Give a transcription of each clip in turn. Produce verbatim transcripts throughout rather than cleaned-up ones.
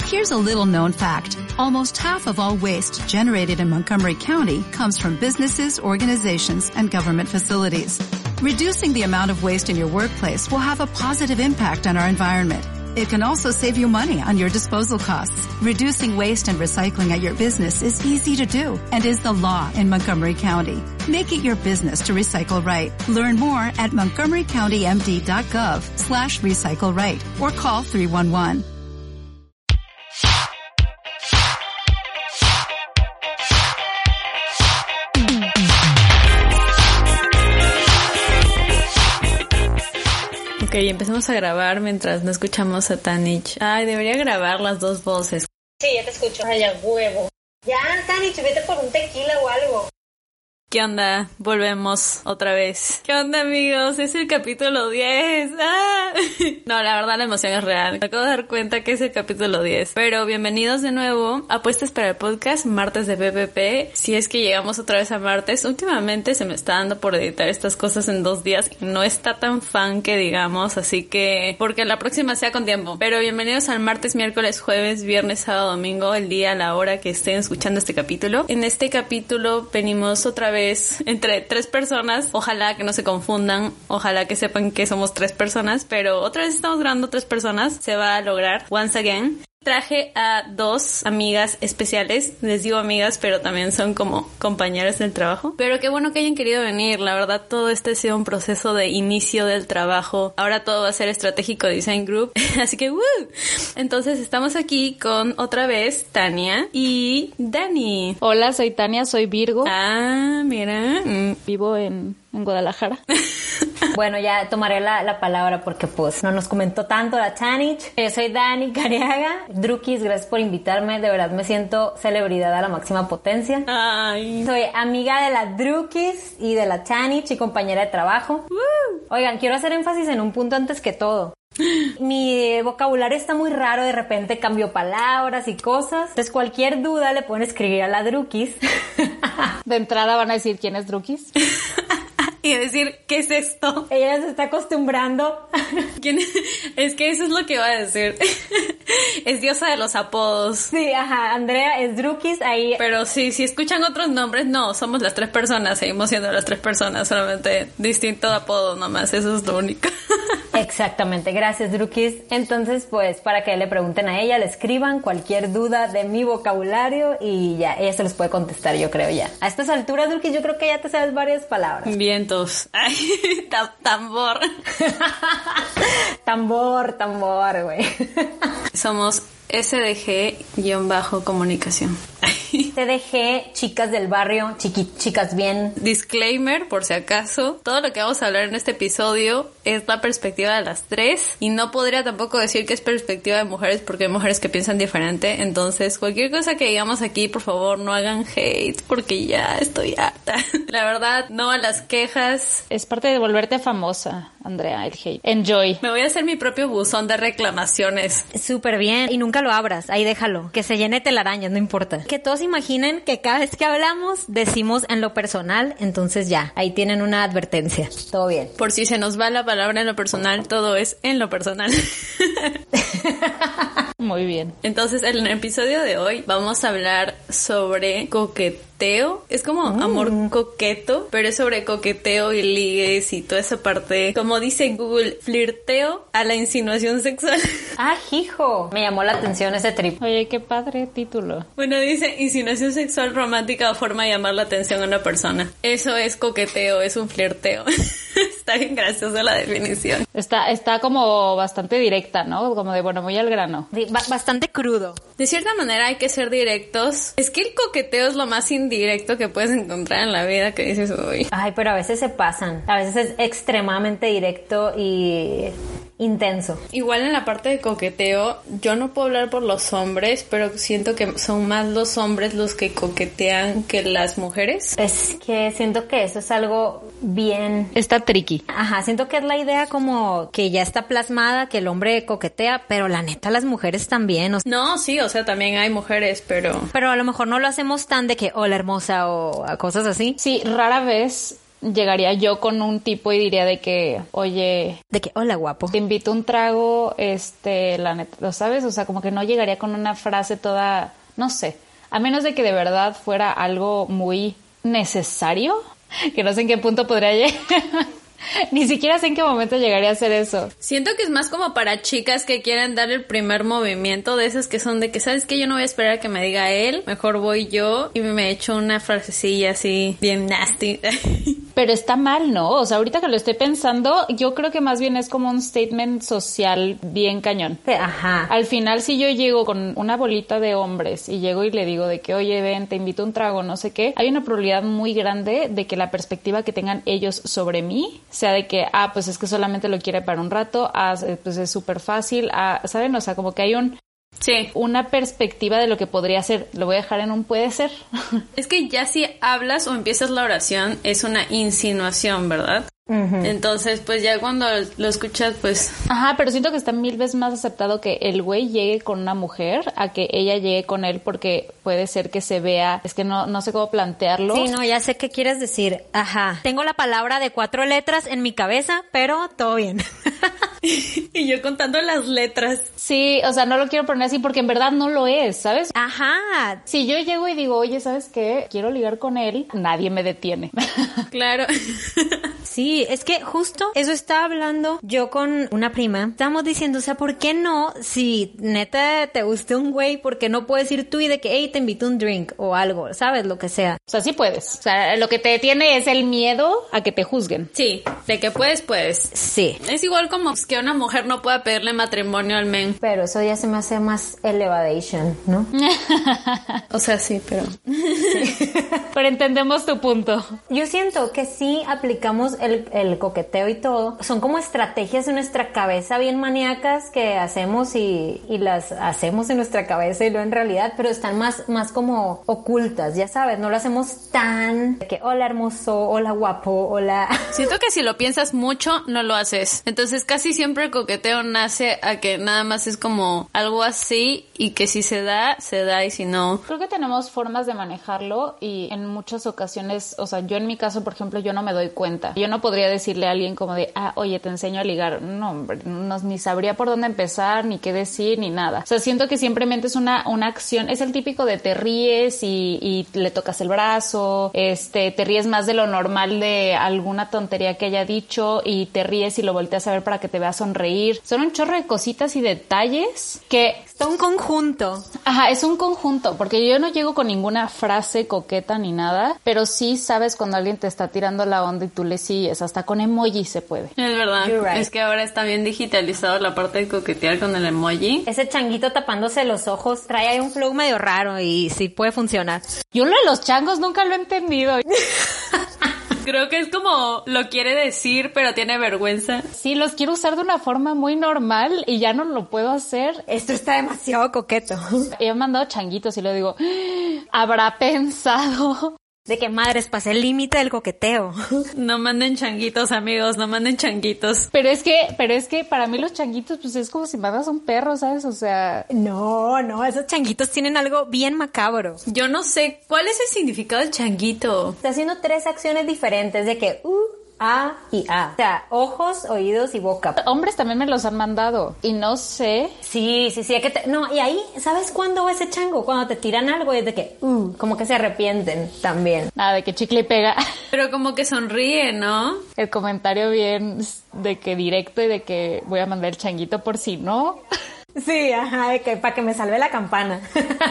Here's a little known fact. Almost half of all waste generated in Montgomery County comes from businesses, organizations, and government facilities. Reducing the amount of waste in your workplace will have a positive impact on our environment. It can also save you money on your disposal costs. Reducing waste and recycling at your business is easy to do and is the law in Montgomery County. Make it your business to recycle right. Learn more at montgomery county m d dot gov slash recycle right or call three one one. Ok, empezamos a grabar mientras no escuchamos a Tanich. Ay, debería grabar las dos voces. Sí, ya te escucho. Ay, a huevo. Ya, Tanich, vete por un tequila o algo. ¿Qué onda? Volvemos otra vez. ¿Qué onda, amigos? Es el capítulo diez. ¡Ah! No, la verdad la emoción es real. Me acabo de dar cuenta que es el capítulo diez. Pero bienvenidos de nuevo a Apuestas para el Podcast, martes de P P P. Si es que llegamos otra vez a martes, últimamente se me está dando por editar estas cosas en dos días y no está tan fan que digamos, así que porque la próxima sea con tiempo. Pero bienvenidos al martes, miércoles, jueves, viernes, sábado, domingo, el día, la hora que estén escuchando este capítulo. En este capítulo venimos otra vez entre tres personas, ojalá que no se confundan, ojalá que sepan que somos tres personas, pero otra vez estamos grabando tres personas, se va a lograr, once again. Traje a dos amigas especiales, les digo amigas, pero también son como compañeras del trabajo. Pero qué bueno que hayan querido venir, la verdad todo este ha sido un proceso de inicio del trabajo. Ahora todo va a ser Estratégico Design Group, así que ¡woo! Entonces estamos aquí con otra vez Tania y Dani. Hola, soy Tania, soy Virgo. Ah, mira. Mm. Vivo en, en Guadalajara. Bueno, ya tomaré la, la palabra porque pues no nos comentó tanto la Tanich. Yo soy Dani Cariaga. Drukis, gracias por invitarme. De verdad me siento celebridad a la máxima potencia. Ay. Soy amiga de la Drukis y de la Tanich y compañera de trabajo. Woo. Oigan, quiero hacer énfasis en un punto antes que todo. Mi vocabulario está muy raro, de repente cambio palabras y cosas. Entonces cualquier duda le pueden escribir a la Drukis. De entrada van a decir quién es Drukis. Y decir, ¿qué es esto? Ella se está acostumbrando. ¿Quién es? Es que eso es lo que va a decir. Es diosa de los apodos. Sí, ajá, Andrea es Drukis ahí. Pero sí, si escuchan otros nombres, no, somos las tres personas, seguimos siendo las tres personas, solamente distinto apodo nomás, eso es lo único. Exactamente, gracias Drukis. Entonces, pues, para que le pregunten a ella, le escriban cualquier duda de mi vocabulario y ya, ella se los puede contestar, yo creo ya. A estas alturas, Drukis, yo creo que ya te sabes varias palabras. Vientos. Ay, tam- tambor. Tambor, tambor, güey. Somos S D G-comunicación. T D G, chicas del barrio, chiqui, chicas bien. Disclaimer, por si acaso, todo lo que vamos a hablar en este episodio es la perspectiva de las tres y no podría tampoco decir que es perspectiva de mujeres porque hay mujeres que piensan diferente, entonces cualquier cosa que digamos aquí, por favor, no hagan hate porque ya estoy harta. La verdad, no a las quejas. Es parte de volverte famosa, Andrea, el hate. Enjoy. Me voy a hacer mi propio buzón de reclamaciones. Súper bien, y nunca lo abras, ahí déjalo, que se llene telarañas, no importa. Que todos imaginen que cada vez que hablamos decimos en lo personal, entonces ya, ahí tienen una advertencia. Todo bien. Por si se nos va la palabra en lo personal, todo es en lo personal. Muy bien. Entonces, en el episodio de hoy vamos a hablar sobre coqueteo. Es como Mm. amor coqueto, pero es sobre coqueteo y ligues y toda esa parte. Como dice Google, flirteo a la insinuación sexual. Ah, hijo. Me llamó la atención ese trip. Oye, qué padre título. Bueno, dice insinuación sexual romántica o forma de llamar la atención a una persona. Eso es coqueteo, es un flirteo. Está bien graciosa la definición. Está, está como bastante directa, ¿no? Como de, bueno, muy al grano. Sí, ba- bastante crudo. De cierta manera hay que ser directos. Es que el coqueteo es lo más indirecto que puedes encontrar en la vida, que dices, uy. Ay, pero a veces se pasan. A veces es extremadamente directo y intenso. Igual en la parte de coqueteo, yo no puedo hablar por los hombres, pero siento que son más los hombres los que coquetean que las mujeres. Es que siento que eso es algo bien... Está tricky. Ajá, siento que es la idea como que ya está plasmada, que el hombre coquetea, pero la neta las mujeres también. O sea, No, sí, o sea, también hay mujeres, pero... pero a lo mejor no lo hacemos tan de que hola hermosa o a cosas así. Sí, rara vez llegaría yo con un tipo y diría de que, oye... De que, hola, guapo. Te invito un trago, este, la neta, ¿lo sabes? O sea, como que no llegaría con una frase toda, no sé, a menos de que de verdad fuera algo muy necesario, que no sé en qué punto podría llegar. Ni siquiera sé en qué momento llegaría a hacer eso. Siento que es más como para chicas que quieren dar el primer movimiento, de esas que son de que, ¿sabes qué? Yo no voy a esperar a que me diga él, mejor voy yo y me echo una frasecilla así bien nasty. Pero está mal, ¿no? O sea, ahorita que lo estoy pensando, yo creo que más bien es como un statement social bien cañón. Ajá. Al final, si yo llego con una bolita de hombres y llego y le digo de que, oye, ven, te invito a un trago, no sé qué, hay una probabilidad muy grande de que la perspectiva que tengan ellos sobre mí sea de que, ah, pues es que solamente lo quiere para un rato, ah, pues es súper fácil, ah, ¿saben? O sea, como que hay un... Sí. Una perspectiva de lo que podría ser. Lo voy a dejar en un puede ser. Es que ya si hablas o empiezas la oración, es una insinuación, ¿verdad? Uh-huh. Entonces, pues ya cuando lo escuchas, pues... Ajá, pero siento que está mil veces más aceptado que el güey llegue con una mujer a que ella llegue con él, porque puede ser que se vea... Es que no, no sé cómo plantearlo. Sí, no, ya sé qué quieres decir. Ajá. Tengo la palabra de cuatro letras en mi cabeza, pero todo bien. Y yo contando las letras. Sí, o sea, no lo quiero poner así porque en verdad no lo es, ¿sabes? Ajá. Si yo llego y digo, oye, ¿sabes qué? Quiero ligar con él, nadie me detiene. Claro. Sí, es que justo eso estaba hablando yo con una prima. Estábamos diciendo, o sea, ¿por qué no? Si neta te guste un güey, ¿por qué no puedes ir tú y de que, hey, te invito a un drink o algo, ¿sabes? Lo que sea. O sea, sí puedes. O sea, lo que te detiene es el miedo a que te juzguen. Sí, de que puedes, puedes. Sí. Es igual como que una mujer no pueda pedirle matrimonio al men. Pero eso ya se me hace más elevation, ¿no? O sea, sí, pero... Sí. Pero entendemos tu punto. Yo siento que sí aplicamos el, el coqueteo y todo. Son como estrategias en nuestra cabeza bien maníacas que hacemos y, y las hacemos en nuestra cabeza y no en realidad, pero están más, más como ocultas, ya sabes. No lo hacemos tan... que hola hermoso, hola guapo, hola... Siento que si lo piensas mucho, no lo haces. Entonces casi siempre el coqueteo nace a que nada más es como algo así y que si se da, se da y si no... Creo que tenemos formas de manejarlo y en muchas ocasiones, o sea, yo en mi caso, por ejemplo, yo no me doy cuenta. Yo no podría decirle a alguien como de, ah, oye, te enseño a ligar. No, hombre, no, ni sabría por dónde empezar, ni qué decir, ni nada. O sea, siento que simplemente es una, una acción, es el típico de te ríes y, y le tocas el brazo, este, te ríes más de lo normal de alguna tontería que haya dicho y te ríes y lo volteas a ver para que te vea sonreír. Son un chorro de cositas y detalles que... Está un conjunto. Ajá, es un conjunto, porque yo no llego con ninguna frase coqueta ni nada, pero sí sabes cuando alguien te está tirando la onda y tú le sigues, hasta con emoji se puede. Es verdad, right. Es que ahora está bien digitalizado la parte de coquetear con el emoji. Ese changuito tapándose los ojos trae ahí un flow medio raro y sí puede funcionar. Yo lo de los changos nunca lo he entendido. Creo que es como lo quiere decir, pero tiene vergüenza. Sí, los quiero usar de una forma muy normal y ya no lo puedo hacer. Esto está demasiado coqueto. He mandado changuitos y lo digo, ¿habrá pensado? De que madres, pasé el límite del coqueteo. No manden changuitos, amigos, no manden changuitos. Pero es que, pero es que para mí los changuitos, pues es como si mandas un perro, ¿sabes? O sea... No, no, esos changuitos tienen algo bien macabro. Yo no sé, ¿cuál es el significado del changuito? Está haciendo tres acciones diferentes de que, uh, A y A. O sea, ojos, oídos y boca. Hombres también me los han mandado. Y no sé... Sí, sí, sí. Hay que te... No, y ahí, ¿sabes cuándo va ese chango? Cuando te tiran algo y es de que, uh, como que se arrepienten también. Nada, de que chicle y pega. Pero como que sonríe, ¿no? El comentario bien de que directo y de que voy a mandar el changuito por si no. Sí, ajá, de que para que me salve la campana.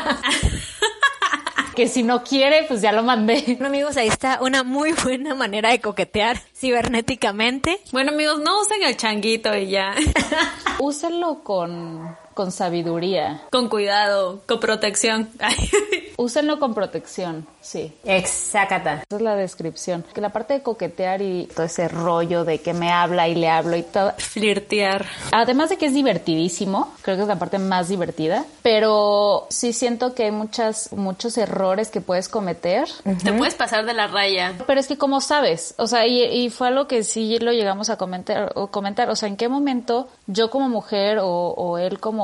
Que si no quiere, pues ya lo mandé. Bueno, amigos, ahí está una muy buena manera de coquetear cibernéticamente. Bueno, amigos, no usen el changuito y ya. Úsenlo con, con sabiduría. Con cuidado, con protección. Úsenlo con protección, sí. Exacata. Esa es la descripción. Que la parte de coquetear y todo ese rollo de que me habla y le hablo y todo. Flirtear. Además de que es divertidísimo, creo que es la parte más divertida, pero sí siento que hay muchas, muchos errores que puedes cometer. Uh-huh. Te puedes pasar de la raya. Pero es que como sabes, o sea, y, y fue algo que sí lo llegamos a comentar, o comentar, o sea, ¿en qué momento yo como mujer o, o él como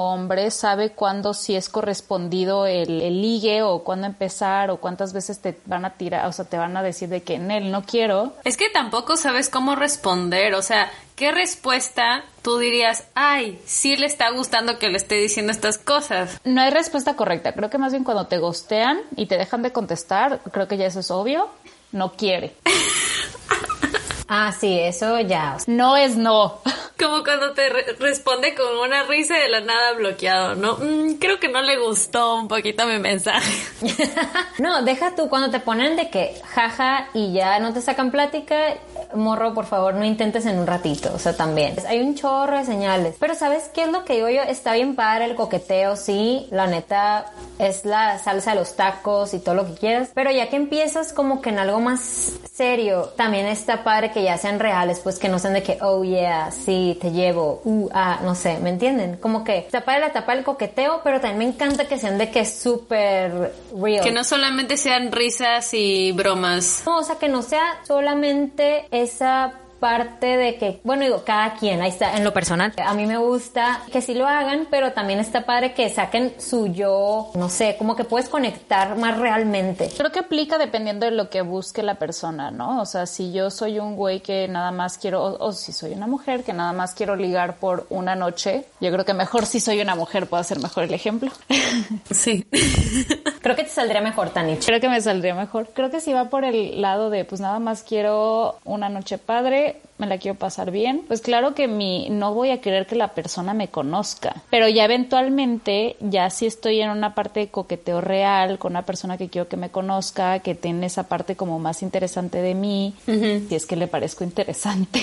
como hombre sabe cuándo sí es correspondido el, el ligue o cuándo empezar o cuántas veces te van a tirar, o sea, te van a decir de que en él no quiero. Es que tampoco sabes cómo responder, o sea, ¿qué respuesta tú dirías, ay, sí le está gustando que le esté diciendo estas cosas? No hay respuesta correcta, creo que más bien cuando te ghostean y te dejan de contestar, creo que ya eso es obvio, no quiere. Ah, sí, eso ya. No es no. Como cuando te re- responde con una risa y de la nada bloqueado, ¿no? Mm, creo que no le gustó un poquito mi mensaje. No, deja tú cuando te ponen de que jaja y ya no te sacan plática, morro, por favor, no intentes en un ratito, o sea, también. Hay un chorro de señales. Pero ¿sabes qué es lo que digo yo? Está bien padre el coqueteo, sí, la neta es la salsa de los tacos y todo lo que quieras, pero ya que empiezas como que en algo más serio, también está padre que ya sean reales, pues que no sean de que, oh yeah, sí, te llevo, uh, ah, no sé, ¿me entienden? Como que está padre la etapa del coqueteo, pero también me encanta que sean de que es súper real. Que no solamente sean risas y bromas. No, o sea, que no sea solamente esa parte de que, bueno, digo, cada quien, ahí está, en lo personal. A mí me gusta que sí lo hagan, pero también está padre que saquen su yo, no sé, como que puedes conectar más realmente. Creo que aplica dependiendo de lo que busque la persona, ¿no? O sea, si yo soy un güey que nada más quiero, o, o si soy una mujer que nada más quiero ligar por una noche, yo creo que mejor si soy una mujer puedo hacer mejor el ejemplo. Sí. Creo que te saldría mejor, Tanich. Creo que me saldría mejor. Creo que si va por el lado de, pues nada más quiero una noche padre, me la quiero pasar bien, pues claro que mi no voy a querer que la persona me conozca, pero ya eventualmente, ya si estoy en una parte de coqueteo real con una persona que quiero que me conozca, que tiene esa parte como más interesante de mí, uh-huh. Si es que le parezco interesante.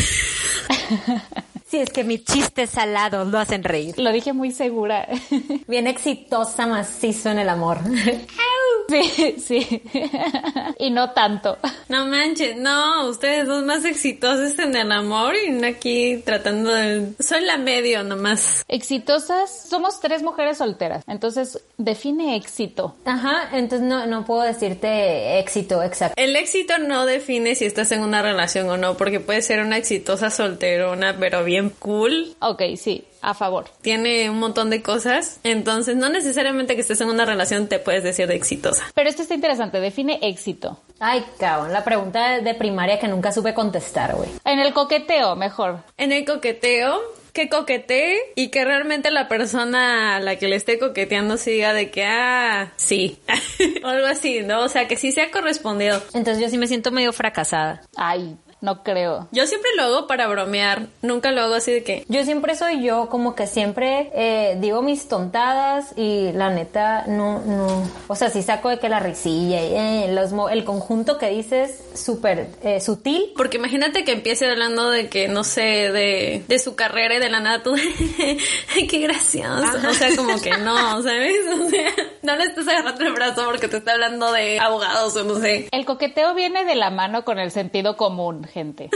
Sí, es que mis chistes salados lo hacen reír. Lo dije muy segura. Bien exitosa, macizo en el amor. Sí, sí. Y no tanto. No manches, no, ustedes dos más exitosos en el amor y no aquí tratando de... Soy la medio nomás. Exitosas, somos tres mujeres solteras, entonces define éxito. Ajá, entonces no, no puedo decirte éxito exacto. El éxito no define si estás en una relación o no, porque puede ser una exitosa solterona, pero bien cool. Ok, sí. A favor. Tiene un montón de cosas, entonces no necesariamente que estés en una relación te puedes decir de exitosa. Pero esto está interesante, define éxito. Ay, cabrón, la pregunta de primaria que nunca supe contestar, güey. En el coqueteo, mejor. En el coqueteo, que coquetee y que realmente la persona a la que le esté coqueteando se diga de que, ah, sí, o algo así, ¿no? O sea, que sí sea correspondido. Entonces yo sí me siento medio fracasada. Ay, no creo. Yo siempre lo hago para bromear. Nunca lo hago así de que... Yo siempre soy yo, como que siempre eh, digo mis tontadas y la neta no, no... O sea, sí saco de que la risilla y eh, los mo- el conjunto que dices súper eh, sutil. Porque imagínate que empiece hablando de que, no sé, de, de su carrera y de la nada tú... ¡Ay, qué gracioso! Ajá. O sea, como que no, ¿sabes? O sea, no le estás agarrando el brazo porque te está hablando de abogados o no sé. El coqueteo viene de la mano con el sentido común, gente.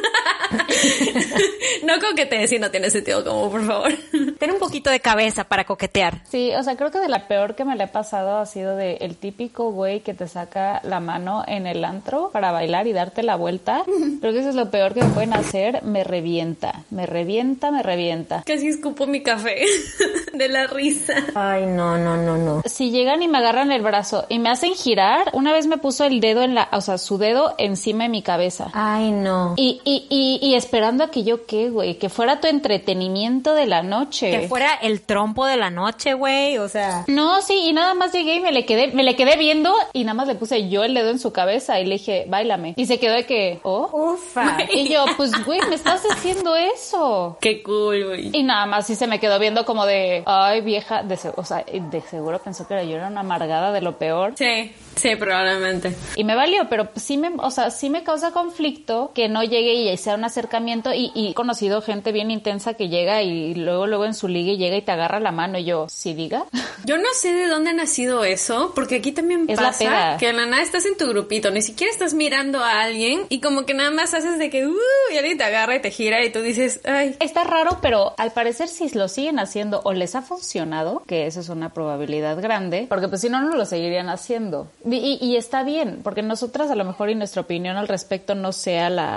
No coquetees si no tiene sentido común, por favor. Ten un poquito de cabeza para coquetear. Sí, o sea, creo que de la peor que me le ha pasado ha sido de el típico güey que te saca la mano en el antro para bailar y darte la vuelta. Creo que eso es lo peor que me pueden hacer. Me revienta, me revienta, me revienta. Casi escupo mi café de la risa. Ay, no, no, no, no. Si llegan y me agarran el brazo y me hacen girar, una vez me puso el dedo en la, o sea, su dedo encima de mi cabeza. Ay, no. Y Y, y, y, y esperando a que yo, ¿qué, güey? Que fuera tu entretenimiento de la noche. Que fuera el trompo de la noche, güey, o sea... No, sí, y nada más llegué y me le quedé, me le quedé viendo y nada más le puse yo el dedo en su cabeza y le dije, báilame. Y se quedó de que, ¿oh? Ufa. Y yo, pues, güey, me estás haciendo eso. Qué cool, güey. Y nada más sí se me quedó viendo como de, ay, vieja, de, o sea, de seguro pensó que yo era una amargada de lo peor. Sí, sí, probablemente. Y me valió, pero sí me, o sea, sí me causa conflicto que no llegue y sea un acercamiento y, y he conocido gente bien intensa que llega y luego luego en su liga llega y te agarra la mano y yo, ¿sí diga? Yo no sé de dónde ha nacido eso, porque aquí también es pasa la peda. Que en la nada estás en tu grupito, ni siquiera estás mirando a alguien y como que nada más haces de que uh, y alguien te agarra y te gira y tú dices, ay. Está raro, pero al parecer si lo siguen haciendo o les ha funcionado, que eso es una probabilidad grande, porque pues si no, no lo seguirían haciendo. Y, y, y está bien, porque nosotras a lo mejor y nuestra opinión al respecto no sea la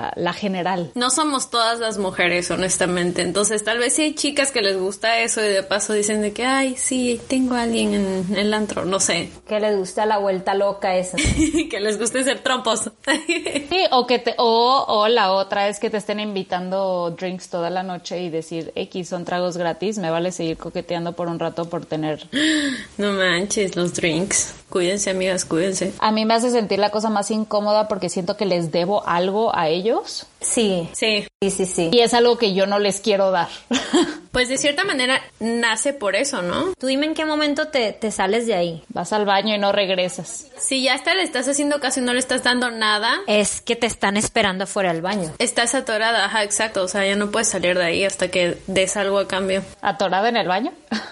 la, la general. No somos todas las mujeres, honestamente. Entonces, tal vez sí hay chicas que les gusta eso y de paso dicen de que, ay, sí, tengo a alguien en el antro, no sé. Que les gusta la vuelta loca esa. Que les guste ser trompos. Sí, o que te, o, o la otra es que te estén invitando drinks toda la noche y decir, X, son tragos gratis, me vale seguir coqueteando por un rato por tener... No manches, los drinks. Cuídense, amigas, cuídense. A mí me hace sentir la cosa más incómoda porque siento que les debo algo a ellos. Sí. Sí. Sí, sí, sí. Y es algo que yo no les quiero dar. Pues de cierta manera nace por eso, ¿no? Tú dime en qué momento te, te sales de ahí. Vas al baño y no regresas. Si ya hasta le estás haciendo caso y no le estás dando nada, Es que te están esperando afuera del baño. estás atorada, ajá, exacto. O sea, ya no puedes salir de ahí hasta que des algo a cambio. ¿Atorada en el baño?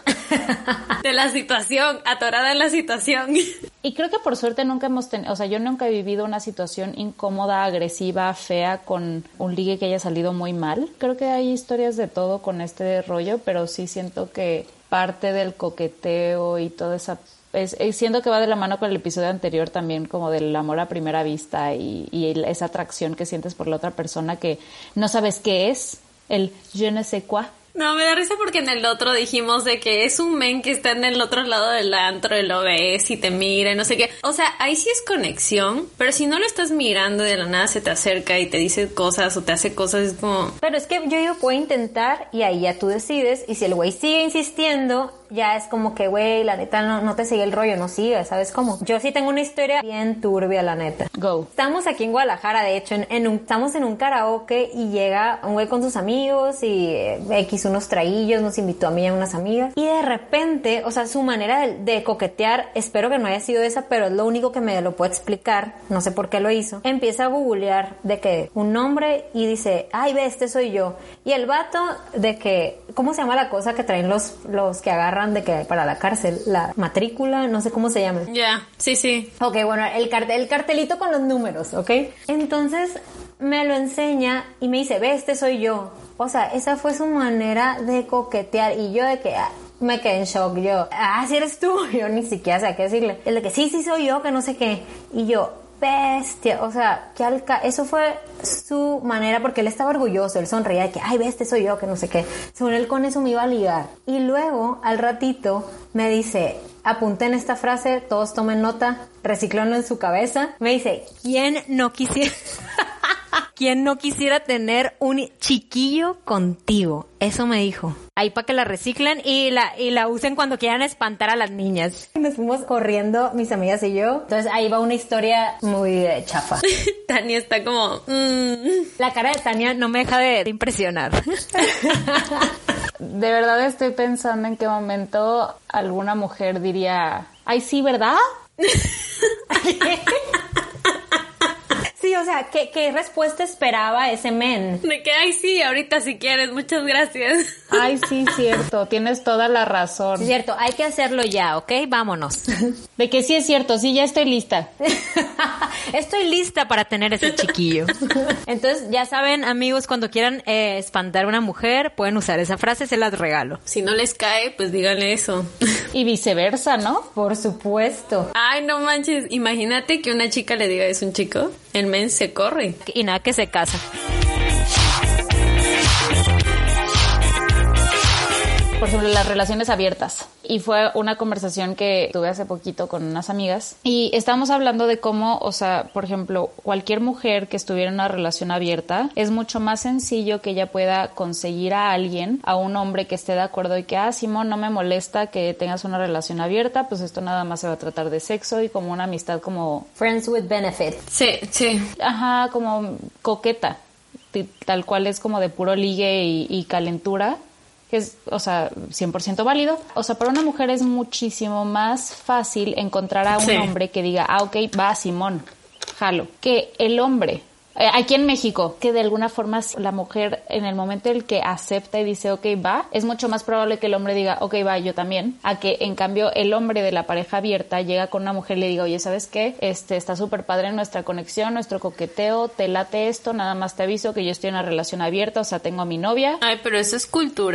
De la situación, atorada en la situación. Y creo que por suerte nunca hemos tenido, o sea, yo nunca he vivido una situación incómoda, agresiva, fea, con un ligue que haya salido muy mal. Creo que hay historias de todo con este rollo, pero sí siento que parte del coqueteo y toda esa... Es, es, siento que va de la mano con el episodio anterior también, como del amor a primera vista y, y esa atracción que sientes por la otra persona que no sabes qué es, el je ne sais quoi. No, me da risa porque en el otro dijimos de que es un men que está en el otro lado del antro y lo ves y te mira y no sé qué. O sea, ahí sí es conexión, pero si no lo estás mirando de la nada se te acerca y te dice cosas o te hace cosas, es como... Pero es que yo digo, puedo intentar y ahí ya tú decides. Y si el güey sigue insistiendo, ya es como que, güey, la neta, no, no te sigue el rollo, no sigue, ¿sabes cómo? Yo sí tengo una historia bien turbia, la neta. Go. Estamos aquí en Guadalajara, de hecho, en, en un, estamos en un karaoke y llega un güey con sus amigos y eh, X unos traillos, nos invitó a mí y a unas amigas. Y de repente, o sea, su manera de, de coquetear, espero que no haya sido esa, pero es lo único que me lo puede explicar, no sé por qué lo hizo. Empieza a googlear de que un nombre y dice, ay, ve, este soy yo. Y el vato de que, ¿cómo se llama la cosa que traen los, los que agarran de que para la cárcel? La matrícula, no sé cómo se llama. Ya, yeah, sí, sí. Ok, bueno, el cartel, el cartelito con los números, ¿ok? Entonces me lo enseña y me dice, ve, este soy yo. O sea, esa fue su manera de coquetear y yo de que ah, me quedé en shock. Yo, ah, si eres tú. Yo ni siquiera sé qué decirle. El de que sí, sí soy yo, que no sé qué. Y yo, bestia, o sea, que alca eso fue su manera, porque él estaba orgulloso, él sonreía de que, ay, ve, este soy yo, que no sé qué. Según él, con eso me iba a ligar. Y luego, al ratito, me dice, apunten esta frase, todos tomen nota, reciclónlo en su cabeza. Me dice, ¿quién no quisiera... ¿Quién no quisiera tener un chiquillo contigo? Eso me dijo. Ahí para que la reciclen y la, y la usen cuando quieran espantar a las niñas. Nos fuimos corriendo, mis amigas y yo. Entonces ahí va una historia muy eh, chafa. Tania está como... Mm. La cara de Tania no me deja de, de impresionar. De verdad estoy pensando en qué momento alguna mujer diría, ay, sí, ¿verdad? Sí, o sea, ¿qué, qué respuesta esperaba ese men? De que, ay, sí, ahorita si quieres, muchas gracias. Ay, sí, cierto, tienes toda la razón. Sí, cierto, hay que hacerlo ya, ¿ok? Vámonos. De que sí es cierto, sí, ya estoy lista. Estoy lista para tener ese chiquillo. Entonces, ya saben, amigos, cuando quieran eh, espantar a una mujer, pueden usar esa frase, se las regalo. Si no les cae, pues díganle eso. Y viceversa, ¿no? Por supuesto. Ay, no manches, imagínate que una chica le diga eso a un chico. El men se corre. Y nada, que se casa. Por ejemplo, las relaciones abiertas. Y fue una conversación que tuve hace poquito con unas amigas. Y estábamos hablando de cómo, o sea, por ejemplo, cualquier mujer que estuviera en una relación abierta, es mucho más sencillo que ella pueda conseguir a alguien, a un hombre que esté de acuerdo y que, ah, Simón, no me molesta que tengas una relación abierta, pues esto nada más se va a tratar de sexo y como una amistad como... Friends with benefit. Sí, sí. Ajá, como coqueta. Tal cual es como de puro ligue y, y calentura. Que es, o sea, cien por ciento válido. O sea, para una mujer es muchísimo más fácil encontrar a un sí. hombre que diga, ah, ok, va, Simón, jalo. Que el hombre, eh, aquí en México, que de alguna forma la mujer en el momento en el que acepta y dice, ok, va, es mucho más probable que el hombre diga, ok, va, yo también, a que en cambio el hombre de la pareja abierta llega con una mujer y le diga, oye, ¿sabes qué? Este, está súper padre nuestra conexión, nuestro coqueteo, te late esto, nada más te aviso que yo estoy en una relación abierta, o sea, tengo a mi novia. Ay, pero eso es cultural.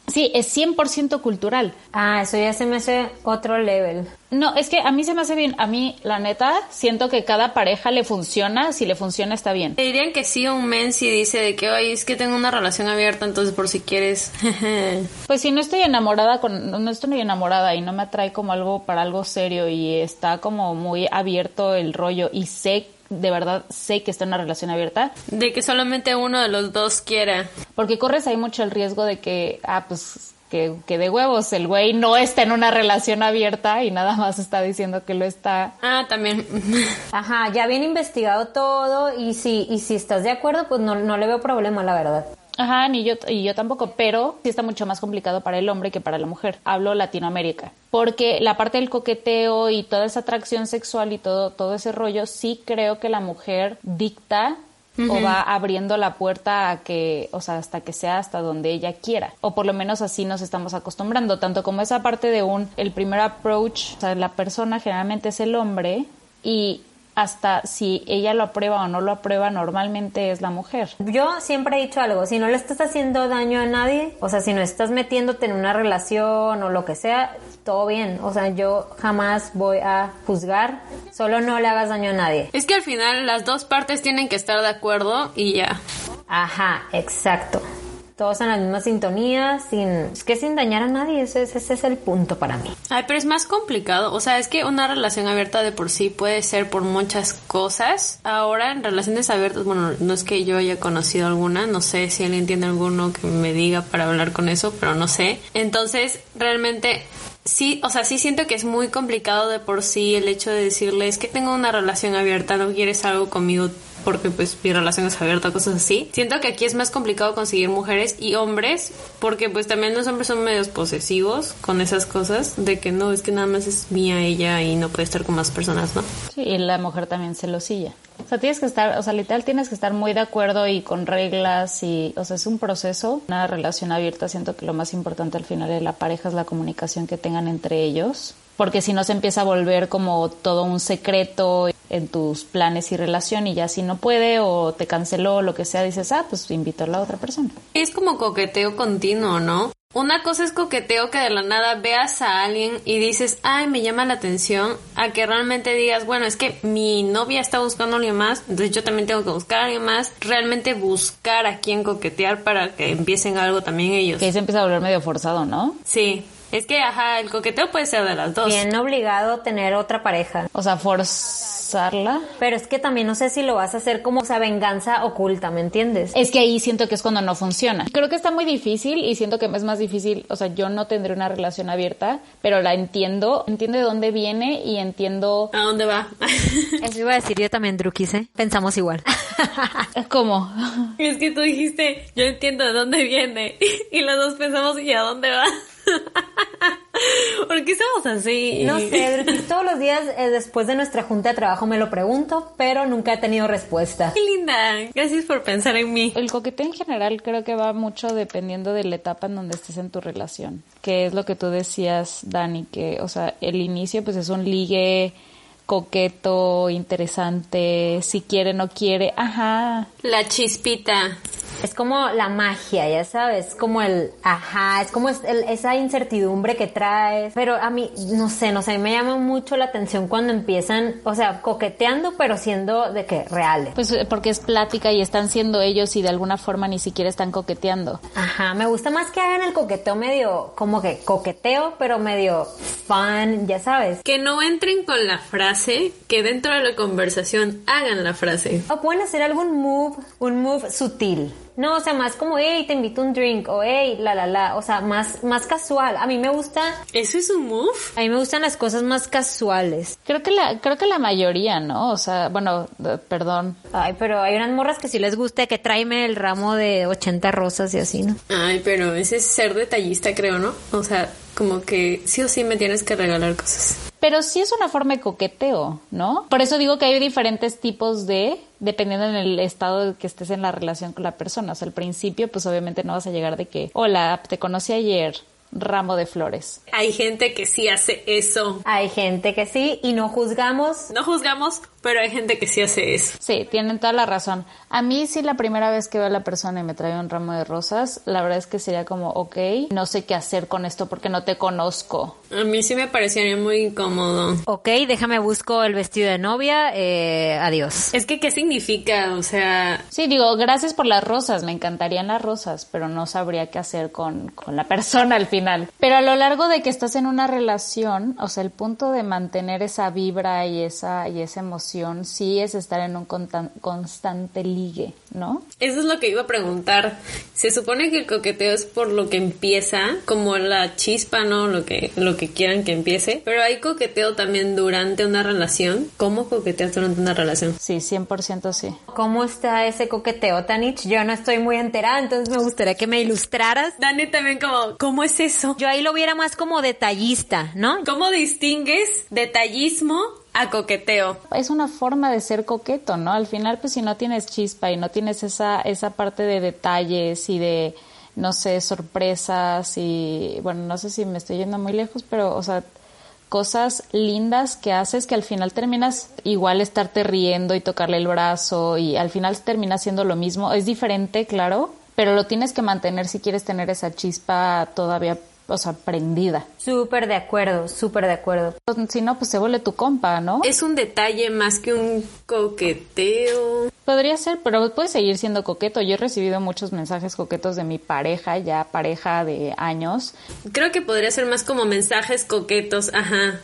Sí, es cien por ciento cultural. Ah, eso ya se me hace otro level. No, es que a mí se me hace bien. A mí, la neta, siento que cada pareja le funciona. Si le funciona, está bien. Te dirían que sí un men si dice de que, oye, es que tengo una relación abierta, entonces por si quieres. Pues si no estoy enamorada, con, no estoy enamorada y no me atrae como algo para algo serio y está como muy abierto el rollo y sé, de verdad, sé que está en una relación abierta. De que solamente uno de los dos quiera. Porque corres ahí mucho el riesgo de que, ah, pues... Que, que de huevos, el güey no está en una relación abierta y nada más está diciendo que lo está. Ah, también. Ajá, ya bien investigado todo y si, y si estás de acuerdo, pues no, no le veo problema, la verdad. Ajá, ni yo, y yo tampoco, pero sí está mucho más complicado para el hombre que para la mujer. Hablo Latinoamérica. Porque la parte del coqueteo y toda esa atracción sexual y todo, todo ese rollo, sí creo que la mujer dicta Uh-huh. o va abriendo la puerta a que, o sea, hasta que sea hasta donde ella quiera, o por lo menos así nos estamos acostumbrando, tanto como esa parte de un, el primer approach, o sea, la persona generalmente es el hombre y hasta si ella lo aprueba o no lo aprueba, normalmente es la mujer. Yo siempre he dicho algo, si no le estás haciendo daño a nadie, o sea, si no estás metiéndote en una relación o lo que sea, todo bien, o sea, yo jamás voy a juzgar, solo no le hagas daño a nadie. Es que al final las dos partes tienen que estar de acuerdo y ya. Ajá, exacto. Todos en la misma sintonía, sin, es que sin dañar a nadie, ese, ese es el punto para mí. Ay, pero es más complicado, o sea, es que una relación abierta de por sí puede ser por muchas cosas. Ahora, en relaciones abiertas, bueno, no es que yo haya conocido alguna, no sé si alguien tiene alguno que me diga para hablar con eso, pero no sé. Entonces, realmente... Sí, o sea, sí siento que es muy complicado de por sí el hecho de decirle, es que tengo una relación abierta, ¿no quieres algo conmigo? Porque pues mi relación es abierta, cosas así. Siento que aquí es más complicado conseguir mujeres y hombres, porque pues también los hombres son medios posesivos con esas cosas, de que no, es que nada más es mía ella y no puede estar con más personas, ¿no? Sí, y la mujer también celosilla. O sea, tienes que estar, o sea, literal tienes que estar muy de acuerdo y con reglas y, o sea, es un proceso. Una relación abierta, siento que lo más importante al final de la pareja es la comunicación que tengan entre ellos, porque si no se empieza a volver como todo un secreto en tus planes y relación y ya si no puede o te canceló o lo que sea, dices, ah, pues invito a la otra persona. Es como coqueteo continuo, ¿no? Una cosa es coqueteo que de la nada veas a alguien y dices, ay, me llama la atención, a que realmente digas, bueno, es que mi novia está buscando a alguien más, entonces yo también tengo que buscar a alguien más, realmente buscar a quién coquetear para que empiecen algo también ellos. Que ahí se empieza a volver medio forzado, ¿no? Sí. Es que, ajá, el coqueteo puede ser de las dos. Bien obligado a tener otra pareja. O sea, forzarla. Pero es que también no sé si lo vas a hacer como, o sea, venganza oculta, ¿me entiendes? Es que ahí siento que es cuando no funciona. Creo que está muy difícil y siento que es más difícil, o sea, yo no tendré una relación abierta, pero la entiendo, entiendo de dónde viene y entiendo... ¿A dónde va? Eso iba a decir yo también, Drukis, ¿eh? Pensamos igual. ¿Cómo? Es que tú dijiste, yo entiendo de dónde viene, y los dos pensamos, ¿y a dónde va? ¿Por qué somos así? No sé, Drukis, todos los días eh, después de nuestra junta de trabajo me lo pregunto, pero nunca he tenido respuesta. Qué linda, gracias por pensar en mí. El coqueteo en general creo que va mucho dependiendo de la etapa en donde estés en tu relación, que es lo que tú decías, Dani, que, o sea, el inicio pues es un ligue coqueto, interesante, si quiere, no quiere, ajá. La chispita. Es como la magia, ya sabes, como el ajá, es como es el, esa incertidumbre que traes, pero a mí, no sé, no sé, me llama mucho la atención cuando empiezan, o sea, coqueteando, pero siendo de que reales. Pues porque es plática y están siendo ellos y de alguna forma ni siquiera están coqueteando. Ajá, me gusta más que hagan el coqueteo medio, como que coqueteo, pero medio fun, ya sabes. Que no entren con la frase, que dentro de la conversación hagan la frase. O pueden hacer algún move, un move sutil. No, o sea, más como, hey, te invito a un drink, o hey, la, la, la, o sea, más, más casual. A mí me gusta... ¿Eso es un move? A mí me gustan las cosas más casuales. Creo que la, creo que la mayoría, ¿no? O sea, bueno, eh, perdón. Ay, pero hay unas morras que sí les gusta que tráeme el ramo de ochenta rosas y así, ¿no? Ay, pero ese es ser detallista, creo, ¿no? O sea, como que sí o sí me tienes que regalar cosas. Pero sí es una forma de coqueteo, ¿no? Por eso digo que hay diferentes tipos de, dependiendo en el estado que estés en la relación con la persona. O sea, al principio, pues obviamente no vas a llegar de que, hola, te conocí ayer, ramo de flores. Hay gente que sí hace eso. Hay gente que sí, y no juzgamos. No juzgamos, Pero hay gente que sí hace eso. Sí, tienen toda la razón. A mí sí, la primera vez que veo a la persona y me trae un ramo de rosas, la verdad es que sería como, ok, no sé qué hacer con esto porque no te conozco. A mí sí me parecería muy incómodo. Ok, déjame busco el vestido de novia, eh, adiós. Es que, ¿qué significa? O sea... Sí, digo, gracias por las rosas, me encantarían las rosas, pero no sabría qué hacer con, con la persona al final. Pero a lo largo de que estás en una relación, o sea, el punto de mantener esa vibra y esa, y esa emoción sí es estar en un contan- constante ligue, ¿no? Eso es lo que iba a preguntar. Se supone que el coqueteo es por lo que empieza, como la chispa, ¿no? Lo que, lo que quieran que empiece. Pero hay coqueteo también durante una relación. ¿Cómo coqueteas durante una relación? Sí, cien por ciento sí. ¿Cómo está ese coqueteo, Tanich? Yo no estoy muy enterada, entonces me gustaría que me ilustraras. Dani también como, ¿cómo es eso? Yo ahí lo viera más como detallista, ¿no? ¿Cómo distingues detallismo a coqueteo? Es una forma de ser coqueto, ¿no? Al final, pues si no tienes chispa y no tienes esa, esa parte de detalles y de, no sé, sorpresas y, bueno, no sé si me estoy yendo muy lejos, pero, o sea, cosas lindas que haces que al final terminas igual estarte riendo y tocarle el brazo y al final termina siendo lo mismo. Es diferente, claro, pero lo tienes que mantener si quieres tener esa chispa todavía, o sea, prendida. Súper de acuerdo, súper de acuerdo. Si no, pues se vuelve tu compa, ¿no? Es un detalle más que un coqueteo. Podría ser, pero puede seguir siendo coqueto. Yo he recibido muchos mensajes coquetos de mi pareja, ya pareja de años. Creo que podría ser más como mensajes coquetos, ajá.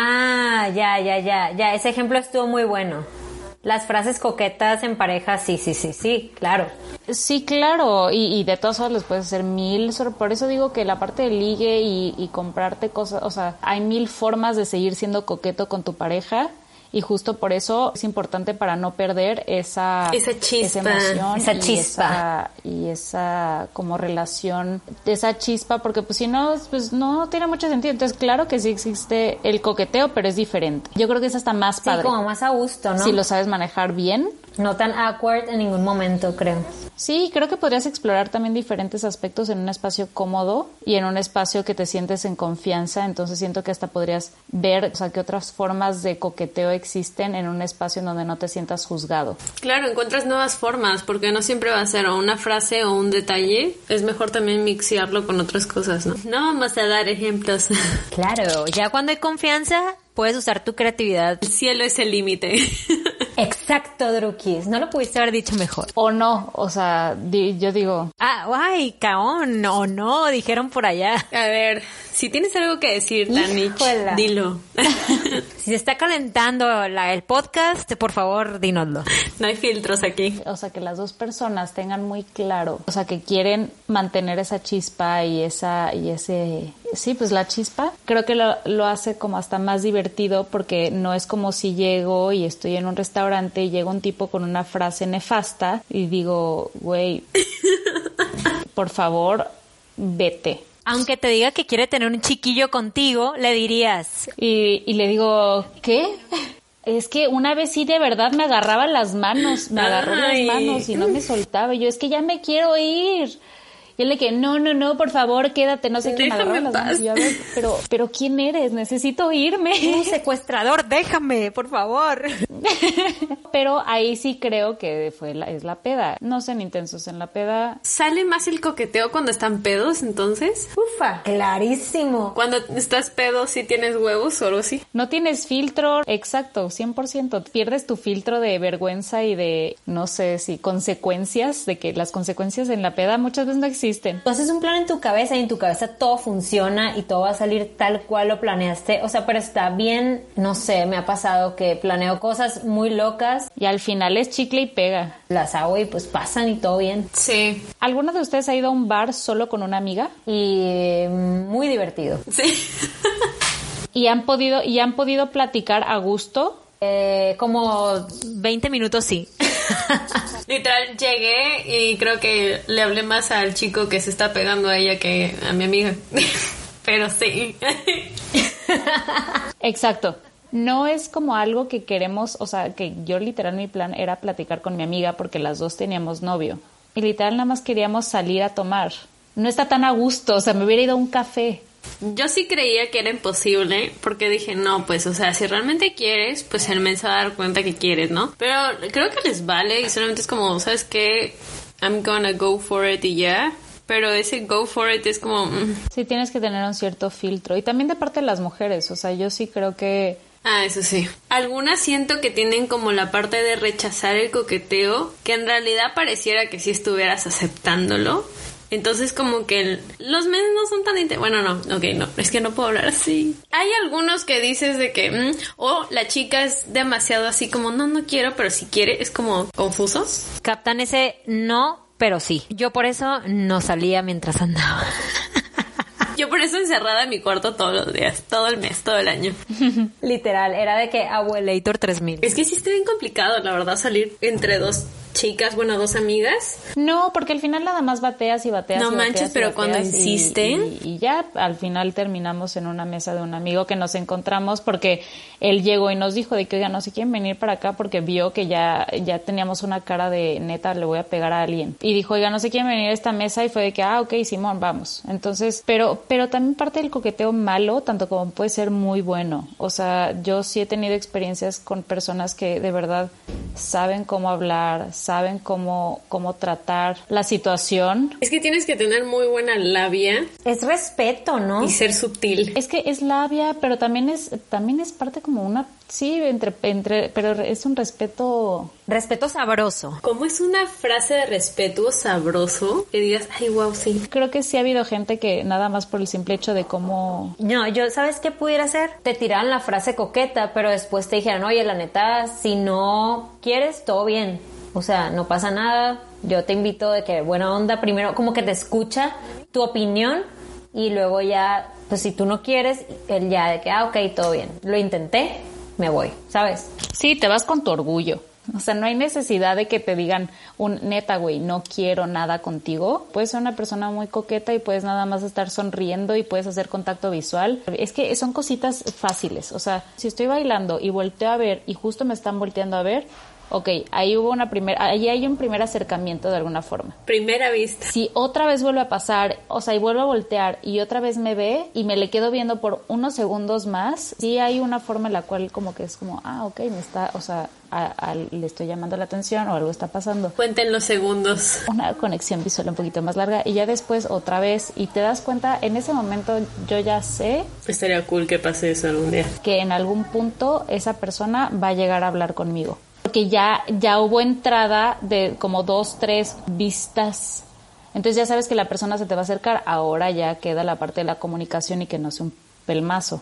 Ah, ya, ya, ya, ya. Ese ejemplo estuvo muy bueno. Las frases coquetas en pareja, sí, sí, sí, sí, claro. Sí, claro, y, y de todos modos les puedes hacer mil, por eso digo que la parte de ligue y, y comprarte cosas, o sea, hay mil formas de seguir siendo coqueto con tu pareja y justo por eso es importante para no perder esa, esa chispa, esa emoción, esa y chispa esa, y esa como relación, esa chispa, porque pues si no, pues no tiene mucho sentido. Entonces claro que sí existe el coqueteo, pero es diferente. Yo creo que es hasta más padre. Sí, como más a gusto, ¿no? Si lo sabes manejar bien. No tan awkward en ningún momento, creo. Sí, creo que podrías explorar también diferentes aspectos en un espacio cómodo y en un espacio que te sientes en confianza. Entonces siento que hasta podrías ver, o sea, qué otras formas de coqueteo existen en un espacio en donde no te sientas juzgado. Claro, encuentras nuevas formas, porque no siempre va a ser o una frase o un detalle. Es mejor también mixearlo con otras cosas, ¿no? No vamos a dar ejemplos. Claro, ya cuando hay confianza, puedes usar tu creatividad. El cielo es el límite. Exacto, Drukis. No lo pudiste haber dicho mejor. O no, o sea, di, yo digo... Ah, ay, caón, o no, dijeron por allá. A ver, si tienes algo que decir, Tanich, dilo. Si se está calentando la, el podcast, por favor, dínoslo. No hay filtros aquí. O sea, que las dos personas tengan muy claro, o sea, que quieren mantener esa chispa y esa y ese... Sí, pues la chispa. Creo que lo, lo hace como hasta más divertido porque no es como si llego y estoy en un restaurante y llega un tipo con una frase nefasta y digo, güey, por favor, vete. Aunque te diga que quiere tener un chiquillo contigo, le dirías. Y, y le digo, ¿qué? Es que una vez sí de verdad me agarraba las manos, me agarró Ay. las manos y no me soltaba. Y yo, es que ya me quiero ir. Y él le que, no, no, no, por favor, quédate, no sé qué, me agarró las manos. Y yo, a ver, pero, pero ¿quién eres? Necesito irme. Un secuestrador, déjame, por favor. Pero ahí sí creo que fue la, es la peda. No sean intensos en la peda. ¿Sale más el coqueteo cuando están pedos, entonces? Ufa, clarísimo. Cuando estás pedo, ¿sí tienes huevos o algo así? No tienes filtro, exacto, cien por ciento. Pierdes tu filtro de vergüenza y de, no sé si consecuencias, de que las consecuencias en la peda muchas veces no existen. Tú haces un plan en tu cabeza y en tu cabeza todo funciona y todo va a salir tal cual lo planeaste. O sea, pero está bien, no sé, me ha pasado que planeo cosas muy locas. Y al final es chicle y pega. Las hago y pues pasan y todo bien. Sí. ¿Alguno de ustedes ha ido a un bar solo con una amiga? Y eh, muy divertido. Sí. ¿Y han podido, y han podido platicar a gusto? Eh, como veinte minutos sí. Literal, llegué y creo que le hablé más al chico que se está pegando a ella que a mi amiga. Pero sí. Exacto. No es como algo que queremos, o sea, que yo literal mi plan era platicar con mi amiga porque las dos teníamos novio. Y literal nada más queríamos salir a tomar. No está tan a gusto, o sea, me hubiera ido a un café. Yo sí creía que era imposible, porque dije, no, pues, o sea, si realmente quieres, pues el men se va a dar cuenta que quieres, ¿no? Pero creo que les vale y solamente es como, ¿sabes qué? I'm gonna go for it y ya. Pero ese go for it es como... Mm. Sí, tienes que tener un cierto filtro. Y también de parte de las mujeres, o sea, yo sí creo que... Ah, eso sí. Algunas siento que tienen como la parte de rechazar el coqueteo, que en realidad pareciera que sí estuvieras aceptándolo. Entonces como que el, los meses no son tan... Inter- bueno, no, ok, no, es que no puedo hablar así. Hay algunos que dices de que... Mm, o la chica es demasiado así como, no, no quiero, pero si quiere, es como confusos. Captan ese no, pero sí. Yo por eso no salía mientras andaba. Yo por eso encerrada en mi cuarto todos los días, todo el mes, todo el año. Literal, era de que abuelator tres mil. Es que sí está bien complicado, la verdad, salir entre dos chicas, bueno, dos amigas. No, porque al final nada más bateas y bateas No y bateas manches, y pero bateas cuando y- insisten. Y, y ya al final terminamos en una mesa de un amigo que nos encontramos porque él llegó y nos dijo de que, oiga, no se quieren venir para acá porque vio que ya, ya teníamos una cara de neta, le voy a pegar a alguien. Y dijo, oiga, no se quieren venir a esta mesa y fue de que, ah, ok, Simón, vamos. Entonces, pero, pero también parte del coqueteo malo, tanto como puede ser muy bueno. O sea, yo sí he tenido experiencias con personas que de verdad saben cómo hablar, saben cómo, cómo tratar la situación. Es que tienes que tener muy buena labia Es respeto, ¿no? y ser sutil. Es que es labia, pero también es, también es parte como una, sí, entre, entre, pero es un respeto. Respeto sabroso. Como es una frase de respeto sabroso que digas, ay, wow, sí. Creo que sí ha habido gente que nada más por el simple hecho de cómo... No, yo, ¿sabes qué pudiera hacer? Te tiraran la frase coqueta, pero después te dijeran, oye, la neta, si no quieres, todo bien. O sea, no pasa nada. Yo te invito de que buena onda, primero como que te escucha tu opinión y luego ya, pues si tú no quieres, él ya de que, ah, ok, todo bien. Lo intenté, me voy, ¿sabes? Sí, te vas con tu orgullo. O sea, no hay necesidad de que te digan un neta, güey, no quiero nada contigo. Puedes ser una persona muy coqueta y puedes nada más estar sonriendo y puedes hacer contacto visual. Es que son cositas fáciles. O sea, si estoy bailando y volteo a ver y justo me están volteando a ver, ok, ahí hubo una primera, ahí hay un primer acercamiento de alguna forma. Primera vista. Si otra vez vuelve a pasar, o sea, y vuelve a voltear y otra vez me ve y me le quedo viendo por unos segundos más, sí hay una forma en la cual como que es como, ah, ok, me está, o sea, a, a, le estoy llamando la atención o algo está pasando. Cuenten los segundos. Una conexión visual un poquito más larga y ya después otra vez y te das cuenta, en ese momento yo ya sé Estaría cool que pase eso algún día. que en algún punto esa persona va a llegar a hablar conmigo. Porque ya, ya hubo entrada de como dos, tres vistas. Entonces ya sabes que la persona se te va a acercar. Ahora ya queda la parte de la comunicación y que no sea un pelmazo.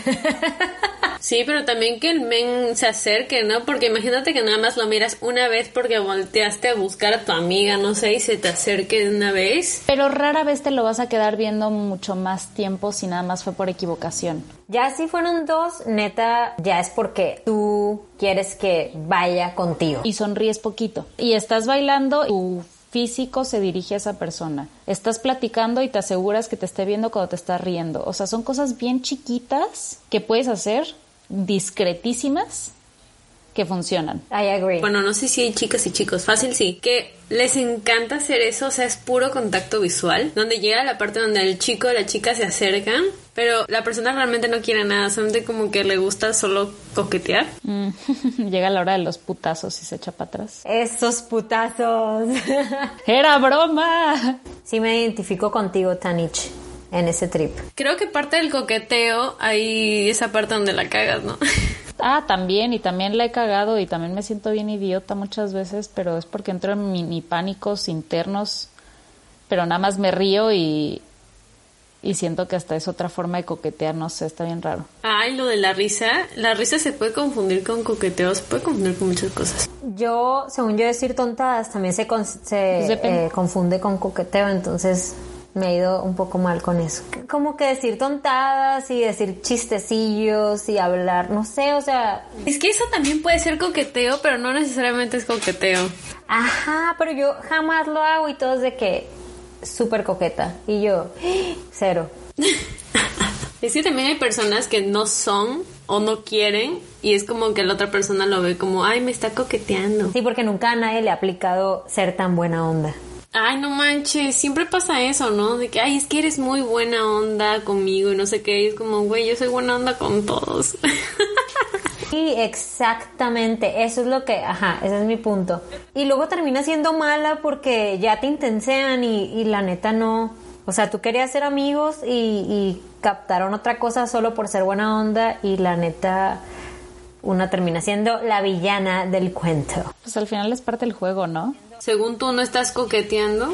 Sí, pero también que el men se acerque, ¿no? Porque imagínate que nada más lo miras una vez porque volteaste a buscar a tu amiga, no sé, y se te acerque de una vez. Pero rara vez te lo vas a quedar viendo mucho más tiempo si nada más fue por equivocación. Ya si fueron dos, neta, ya es porque tú quieres que vaya contigo. Y sonríes poquito. Y estás bailando, tu físico se dirige a esa persona. Estás platicando y te aseguras que te esté viendo cuando te estás riendo. O sea, son cosas bien chiquitas que puedes hacer, discretísimas, que funcionan. I agree. Bueno, no sé si hay chicas y chicos, fácil sí, que les encanta hacer eso, o sea, es puro contacto visual, donde llega la parte donde el chico o la chica se acercan, pero la persona realmente no quiere nada, solamente como que le gusta solo coquetear. Mm. Llega la hora de los putazos y se echa para atrás. Esos putazos. ¡Era broma! Sí me identifico contigo, Tanich, en ese trip. Creo que parte del coqueteo hay esa parte donde la cagas, ¿no? Ah, también, y también la he cagado y también me siento bien idiota muchas veces, pero es porque entro en mini pánicos internos, pero nada más me río y, y siento que hasta es otra forma de coquetear, no sé, está bien raro. Ay, lo de la risa, la risa se puede confundir con coqueteo, se puede confundir con muchas cosas. Yo, según yo decir tontadas, también se, con- se Depende. eh, confunde con coqueteo, entonces me he ido un poco mal con eso. Como que decir tontadas y decir chistecillos y hablar, no sé, o sea... Es que eso también puede ser coqueteo, pero no necesariamente es coqueteo. Ajá, pero yo jamás lo hago y todo es de que súper coqueta. Y yo, cero. Es que también hay personas que no son o no quieren y es como que la otra persona lo ve como, ay, me está coqueteando. Sí, porque nunca a nadie le ha aplicado ser tan buena onda. Ay, no manches, siempre pasa eso, ¿no? De que, ay, es que eres muy buena onda conmigo y no sé qué. Y es como, güey, yo soy buena onda con todos. Sí, exactamente, eso es lo que, ajá, ese es mi punto. Y luego termina siendo mala porque ya te intensean y, y la neta no, o sea, tú querías ser amigos y, y captaron otra cosa solo por ser buena onda y la neta, una termina siendo la villana del cuento. Pues al final es parte del juego, ¿no? Según tú no estás coqueteando.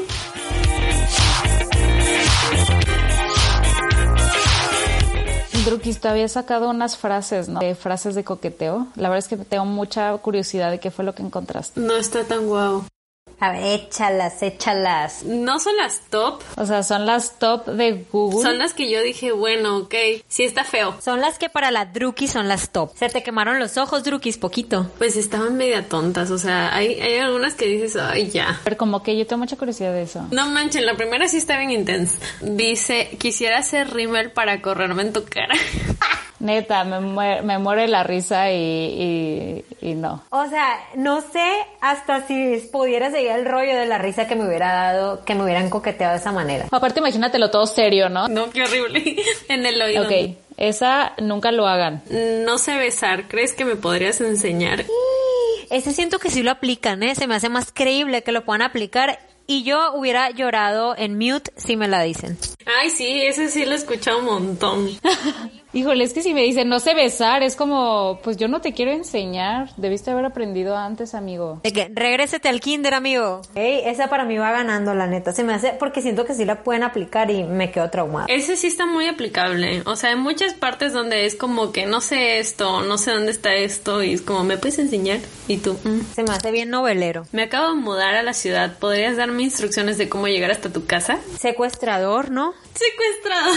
Drukis, te había sacado unas frases, ¿no? De frases de coqueteo. La verdad es que tengo mucha curiosidad de qué fue lo que encontraste. No está tan guau. A ver, échalas, échalas. No son las top. O sea, son las top de Google. Son las que yo dije, bueno, ok, sí está feo. Son las que para la Drukis son las top. Se te quemaron los ojos, Drukis, poquito. Pues estaban media tontas, o sea, hay, hay algunas que dices, ay, ya. Pero como que yo tengo mucha curiosidad de eso. No manchen, la primera sí está bien intensa. Dice, quisiera hacer rímel para correrme en tu cara. Neta, me, muere, me muere la risa y, y, y no. O sea, no sé hasta si pudiera seguir el rollo de la risa que me hubiera dado, que me hubieran coqueteado de esa manera. Aparte, imagínatelo todo serio, ¿no? No, qué horrible. En el oído. Ok, esa nunca lo hagan. No sé besar, ¿crees que me podrías enseñar? Ese siento que sí lo aplican, ¿eh? Se me hace más creíble que lo puedan aplicar. Y yo hubiera llorado en mute si me la dicen. Ay, sí, ese sí lo he escuchado un montón. Híjole, es que si me dicen no sé besar, es como, pues yo no te quiero enseñar. Debiste haber aprendido antes, amigo. De que regrésate al kinder, amigo. Ey, esa para mí va ganando, la neta. Se me hace, porque siento que sí la pueden aplicar y me quedo traumada. Ese sí está muy aplicable. O sea, hay muchas partes donde es como que no sé esto, no sé dónde está esto, y es como, ¿me puedes enseñar? Y tú, mm. Se me hace bien novelero. Me acabo de mudar a la ciudad. ¿Podrías darme instrucciones de cómo llegar hasta tu casa? Secuestrador, ¿no? Secuestrador.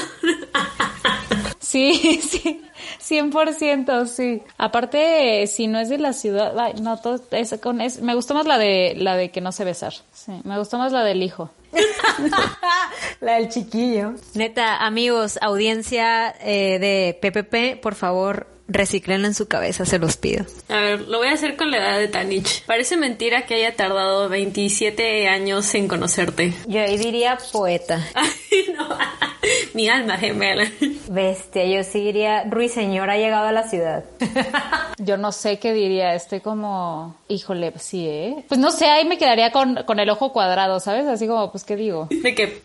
Sí, sí, cien por ciento, sí. Aparte, si no es de la ciudad, ay, no, todo es con es, me gustó más la de la de que no sé besar. Sí, me gustó más la del hijo. La del chiquillo. Neta, amigos, audiencia eh, de P P P, por favor, reciclenla en su cabeza, se los pido. A ver, lo voy a hacer con la edad de Tanich. Parece mentira que haya tardado veintisiete años en conocerte. Yo ahí diría poeta. Ay, no. Mi alma gemela. Bestia, yo sí diría Ruiseñor ha llegado a la ciudad. Yo no sé qué diría, estoy como, híjole, sí, ¿eh? Pues no sé, ahí me quedaría con, con el ojo cuadrado, ¿sabes? Así como, pues, ¿qué digo? De que...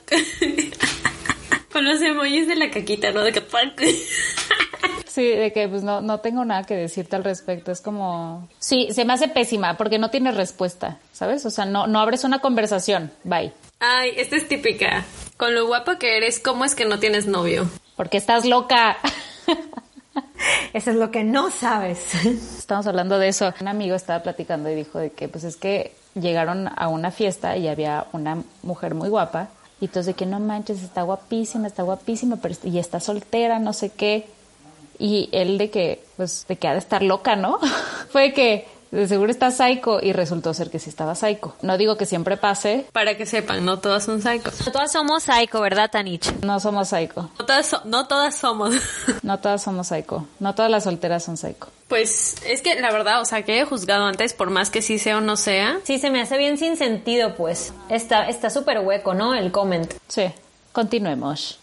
Con los emojis de la caquita, ¿no? De que... Sí, de que pues no, no tengo nada que decirte al respecto. Es como... Sí, se me hace pésima porque no tienes respuesta, ¿sabes? O sea, no, no abres una conversación. Bye. Ay, esta es típica. Con lo guapa que eres, ¿cómo es que no tienes novio? Porque estás loca. Eso es lo que no sabes. Estamos hablando de eso. Un amigo estaba platicando y dijo de que pues es que llegaron a una fiesta y había una mujer muy guapa. Y entonces de que no manches, está guapísima, está guapísima, pero y está soltera, no sé qué. Y él de que, pues, de que ha de estar loca, ¿no? Fue que de seguro está psycho y resultó ser que sí estaba psycho. No digo que siempre pase. Para que sepan, no todas son psychos. No todas somos psycho, ¿verdad, Tanich? No somos psycho. No todas, so- no todas somos. No todas somos psycho. No todas las solteras son psycho. Pues es que la verdad, o sea, que he juzgado antes, por más que sí sea o no sea. Sí, se me hace bien sin sentido, pues. Está está súper hueco, ¿no? El comment. Sí, continuemos.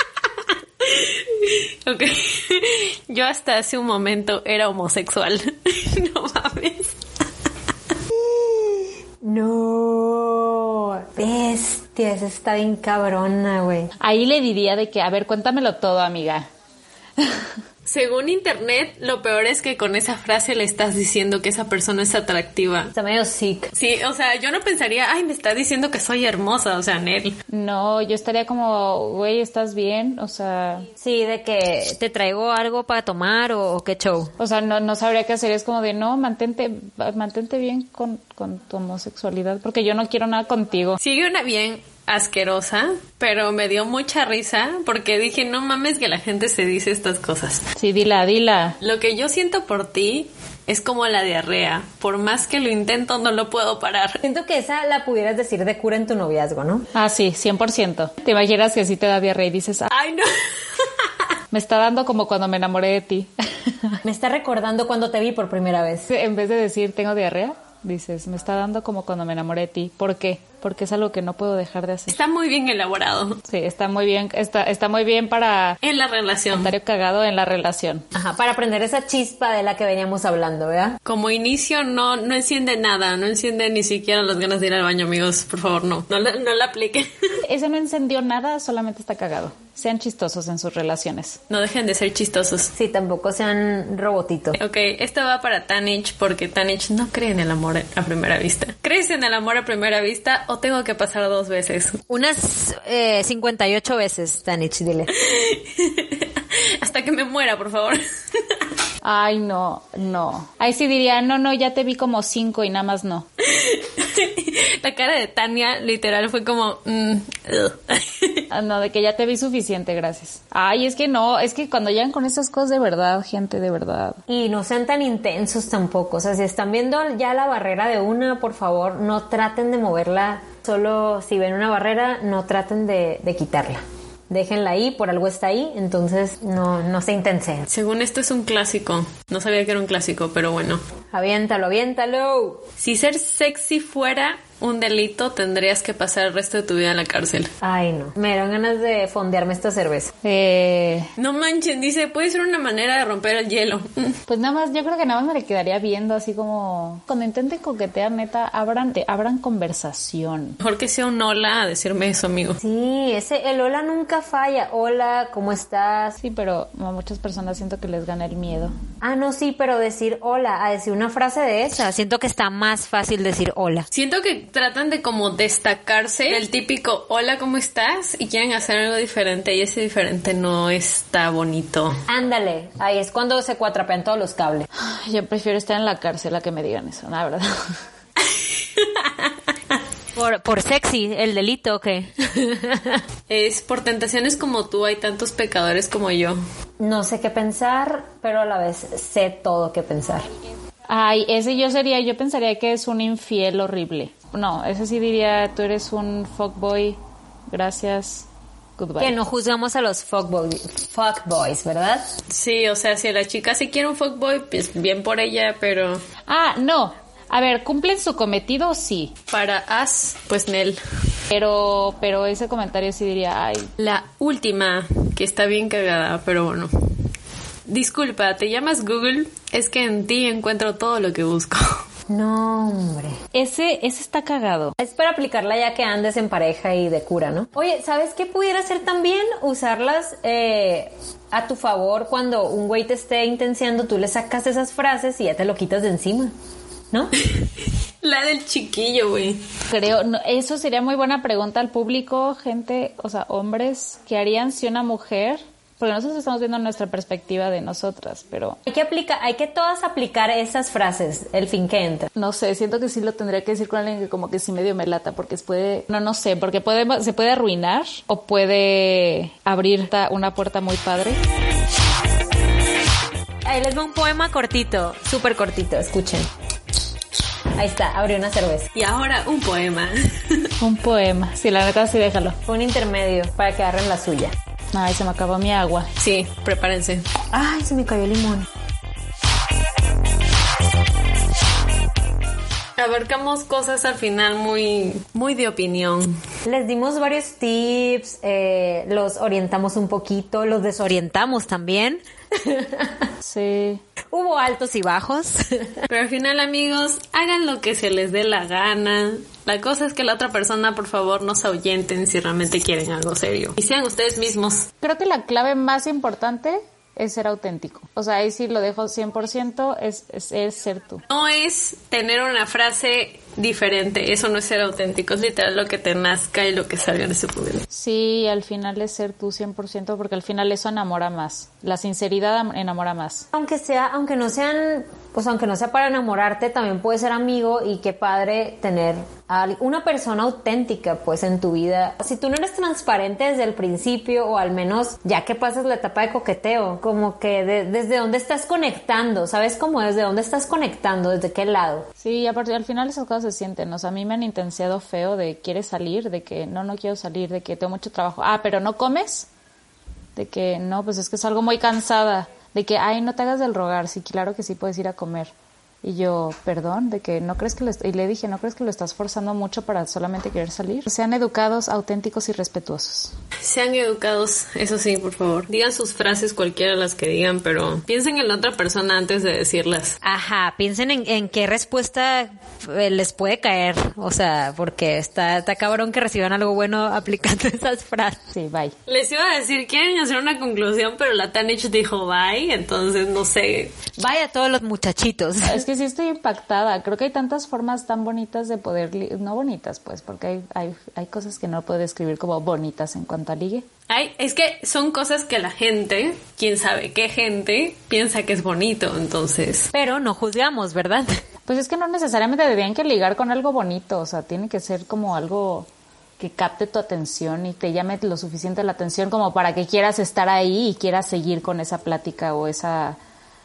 Ok. Yo hasta hace un momento era homosexual. No mames. No. Bestia, esa está bien cabrona, güey. Ahí le diría de que, a ver, cuéntamelo todo, amiga. Según internet, lo peor es que con esa frase le estás diciendo que esa persona es atractiva. Está medio sick. Sí, o sea, yo no pensaría, ay, me está diciendo que soy hermosa, o sea, Nel. No, yo estaría como, güey, ¿estás bien? O sea... Sí, de que te traigo algo para tomar o, o qué show. O sea, no, no sabría qué hacer. Es como de, no, mantente, mantente bien con, con tu homosexualidad, porque yo no quiero nada contigo. Sigue una bien asquerosa, pero me dio mucha risa porque dije, no mames que la gente se dice estas cosas. Sí, dila, dila. Lo que yo siento por ti es como la diarrea. Por más que lo intento, no lo puedo parar. Siento que esa la pudieras decir de cura en tu noviazgo, ¿no? Ah, sí, cien por ciento. Te imaginas que sí te da diarrea y dices, ah, Ay, no. me está dando como cuando me enamoré de ti. Me está recordando cuando te vi por primera vez. En vez de decir, tengo diarrea, dices, me está dando como cuando me enamoré de ti. ¿Por qué? Porque es algo que no puedo dejar de hacer. Está muy bien elaborado. Sí, está muy bien, está, está muy bien para... En la relación. Comentario cagado en la relación. Ajá, para prender esa chispa de la que veníamos hablando, ¿verdad? Como inicio no, no enciende nada, no enciende ni siquiera las ganas de ir al baño, amigos. Por favor, no, no, la- no la apliquen. Ese no encendió nada, solamente está cagado. Sean chistosos en sus relaciones. No dejen de ser chistosos. Sí, tampoco sean robotitos. Ok, esto va para Tanich porque Tanich no cree en el amor a primera vista. ¿Crees en el amor a primera vista o tengo que pasar dos veces? Unas eh, cincuenta y ocho veces, Tanich, dile. Hasta que me muera, por favor. Ay, no, no. Ahí sí diría, no, no, ya te vi como cinco y nada más no. La cara de Tania literal fue como... mm, ugh. Ah, no, de que ya te vi suficiente, gracias. Ay, es que no, es que cuando llegan con esas cosas de verdad, gente, de verdad. Y no sean tan intensos tampoco. O sea, si están viendo ya la barrera de una, por favor, no traten de moverla. Solo si ven una barrera, no traten de, de quitarla. Déjenla ahí, por algo está ahí, entonces no, no se intensen. Según esto es un clásico. No sabía que era un clásico, pero bueno. Aviéntalo, aviéntalo. Si ser sexy fuera un delito, tendrías que pasar el resto de tu vida en la cárcel. Ay, no. Me dieron ganas de fondearme esta cerveza. Eh, No manchen, dice, puede ser una manera de romper el hielo. pues nada más, yo creo que nada más me le quedaría viendo así como... Cuando intenten coquetear, neta, abran, te, abran conversación. Mejor que sea un hola a decirme eso, amigo. Sí, ese, el hola nunca falla. Hola, ¿cómo estás? Sí, pero a muchas personas siento que les gana el miedo. Ah, no, sí, pero decir hola, a decir una frase de esa. Siento que está más fácil decir hola. Siento que tratan de como destacarse del típico hola, ¿cómo estás? Y quieren hacer algo diferente y ese diferente no está bonito. Ándale, ahí es cuando se cuatrapean todos los cables. Yo prefiero estar en la cárcel a que me digan eso, la verdad. Por, por sexy, el delito, ¿o qué? Es por tentaciones como tú, hay tantos pecadores como yo. No sé qué pensar, pero a la vez sé todo qué pensar. Ay, ese yo sería, yo pensaría que es un infiel horrible. No, ese sí diría, tú eres un fuckboy, gracias, goodbye. Que no juzgamos a los fuckboy, fuckboys, ¿verdad? Sí, o sea, si la chica se quiere un fuckboy, pues bien por ella, pero Ah, no, a ver, ¿cumplen su cometido? Sí, para as, pues Nel. pero, pero ese comentario sí diría, ay, La última, que está bien cagada, pero bueno. Disculpa, ¿te llamas Google? Es que en ti encuentro todo lo que busco. No, hombre. ese, ese está cagado. Es para aplicarla ya que andes en pareja y de cura, ¿no? Oye, ¿sabes qué pudiera ser también? Usarlas eh, a tu favor cuando un güey te esté intenciando, tú le sacas esas frases y ya te lo quitas de encima, ¿no? La del chiquillo, güey. Creo, no, eso sería muy buena pregunta al público, gente, o sea, hombres, ¿qué harían si una mujer? Porque nosotros estamos viendo nuestra perspectiva de nosotras, pero Hay que aplicar, hay que todas aplicar esas frases, el fin que entra. no sé, siento que sí lo tendría que decir con alguien que como que sí medio me lata, porque se puede, no, no sé, porque puede, se puede arruinar o puede abrir ta- una puerta muy padre. Ahí les va un poema cortito, súper cortito, escuchen. Ahí está, abrió una cerveza. Y ahora un poema. Un poema, sí, la neta sí, déjalo. Un intermedio para que agarren la suya. Ay, se me acabó mi agua. Sí, prepárense. Ay, se me cayó el limón. Abarcamos cosas al final muy, muy de opinión. Les dimos varios tips, eh, los orientamos un poquito, los desorientamos también. Sí. Hubo altos y bajos. Pero al final, amigos, hagan lo que se les dé la gana. La cosa es que la otra persona, por favor, no se ahuyenten si realmente quieren algo serio. Y sean ustedes mismos. Creo que la clave más importante es ser auténtico. O sea, ahí sí lo dejo cien por ciento, es, es, es ser tú. No es tener una frase diferente, eso no es ser auténtico, es literal lo que te nazca y lo que salga de ese poder. Sí, al final es ser tú cien por ciento, porque al final eso enamora más. La sinceridad am- enamora más. Aunque sea, aunque no sean, pues aunque no sea para enamorarte, también puedes ser amigo y qué padre tener a una persona auténtica pues en tu vida. Si tú no eres transparente desde el principio o al menos ya que pasas la etapa de coqueteo, como que de- desde dónde estás conectando, ¿sabes cómo? Desde dónde estás conectando, desde qué lado. Sí, aparte, al final esas cosas se sienten. O sea, a mí me han intensiado feo de quieres salir, de que no, no quiero salir, de que tengo mucho trabajo. Ah, pero no comes. De que no, pues es que salgo muy cansada. De que, ay, no te hagas del rogar. Sí, claro que sí puedes ir a comer. Y yo, perdón, de que no crees que lo est-? Y le dije, ¿no crees que lo estás forzando mucho para solamente querer salir? Sean educados, auténticos y respetuosos. Sean educados, eso sí, por favor. Digan sus frases, cualquiera las que digan, pero piensen en la otra persona antes de decirlas. Ajá, piensen en, en qué respuesta les puede caer, o sea, porque está, está cabrón que reciban algo bueno aplicando esas frases. Sí, bye. Les iba a decir, quieren hacer una conclusión, pero la Tanich dijo bye, entonces no sé. Bye a todos los muchachitos. Es que sí estoy impactada. Creo que hay tantas formas tan bonitas de poder, li- no bonitas pues, porque hay, hay, hay cosas que no puedo describir como bonitas en cuanto a ligue. Ay, es que son cosas que la gente, quién sabe qué gente, piensa que es bonito, entonces. Pero no juzgamos, ¿verdad? Pues es que no necesariamente deberían que ligar con algo bonito, o sea, tiene que ser como algo que capte tu atención y te llame lo suficiente la atención como para que quieras estar ahí y quieras seguir con esa plática o esa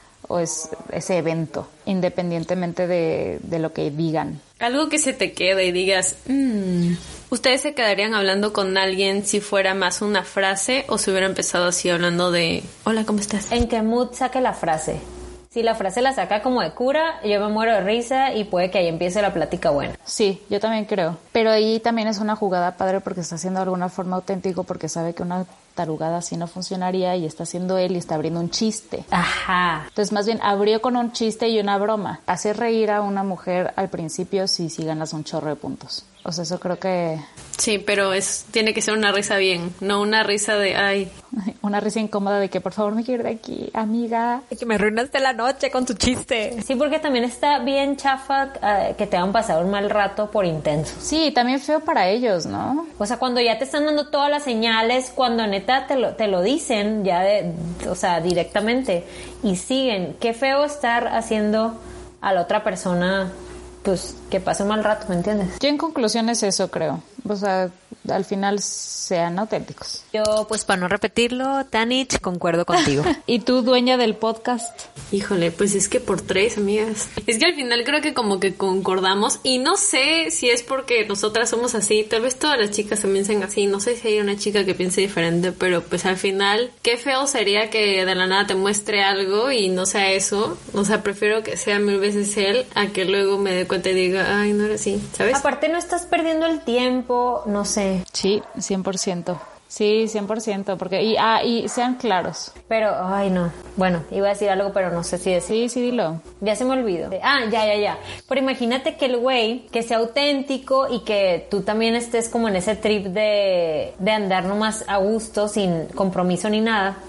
o es, ese evento, independientemente de, de lo que digan. Algo que se te quede y digas, mmm. ¿Ustedes se quedarían hablando con alguien si fuera más una frase o si hubiera empezado así hablando de hola, ¿cómo estás? ¿En qué mood saque la frase? Si la frase la saca como de cura, yo me muero de risa y puede que ahí empiece la plática buena. Sí, yo también creo. Pero ahí también es una jugada padre porque está haciendo de alguna forma auténtico porque sabe que una tarugada así no funcionaría y está haciendo él y está abriendo un chiste. Ajá. Entonces más bien abrió con un chiste y una broma. Hacer reír a una mujer al principio sí, sí ganas un chorro de puntos. O sea, eso creo que... Sí, pero es tiene que ser una risa bien, no una risa de ay. Una risa incómoda de que por favor me quiero ir de aquí, amiga. Que me arruinaste la noche con tu chiste. Sí, porque también está bien chafa uh, que te han pasado un mal rato por intenso. Sí, también feo para ellos, ¿no? O sea, cuando ya te están dando todas las señales, cuando neta te lo, te lo dicen ya de, o sea, directamente y siguen. Qué feo estar haciendo a la otra persona pues que pase un mal rato, ¿me entiendes? Yo en conclusión es eso, creo. O sea, al final sean auténticos. Yo, pues para no repetirlo, Tanich, concuerdo contigo. ¿Y tú, dueña del podcast? Híjole, pues es que por tres, amigas. Es que al final creo que como que concordamos y no sé si es porque nosotras somos así, tal vez todas las chicas también sean así, no sé si hay una chica que piense diferente, pero pues al final, qué feo sería que de la nada te muestre algo y no sea eso. O sea, prefiero que sea mil veces él a que luego me dé cuenta y diga, ay, no era así, ¿sabes? Aparte no estás perdiendo el tiempo, no sé. Sí, cien por ciento. Sí, cien por ciento, porque y ah y sean claros. Pero ay, no. Bueno, iba a decir algo, pero no sé si decir. Sí, sí, dilo. Ya se me olvidó. Ah, ya, ya, ya. Pero imagínate que el güey que sea auténtico y que tú también estés como en ese trip de de andar nomás a gusto, sin compromiso ni nada,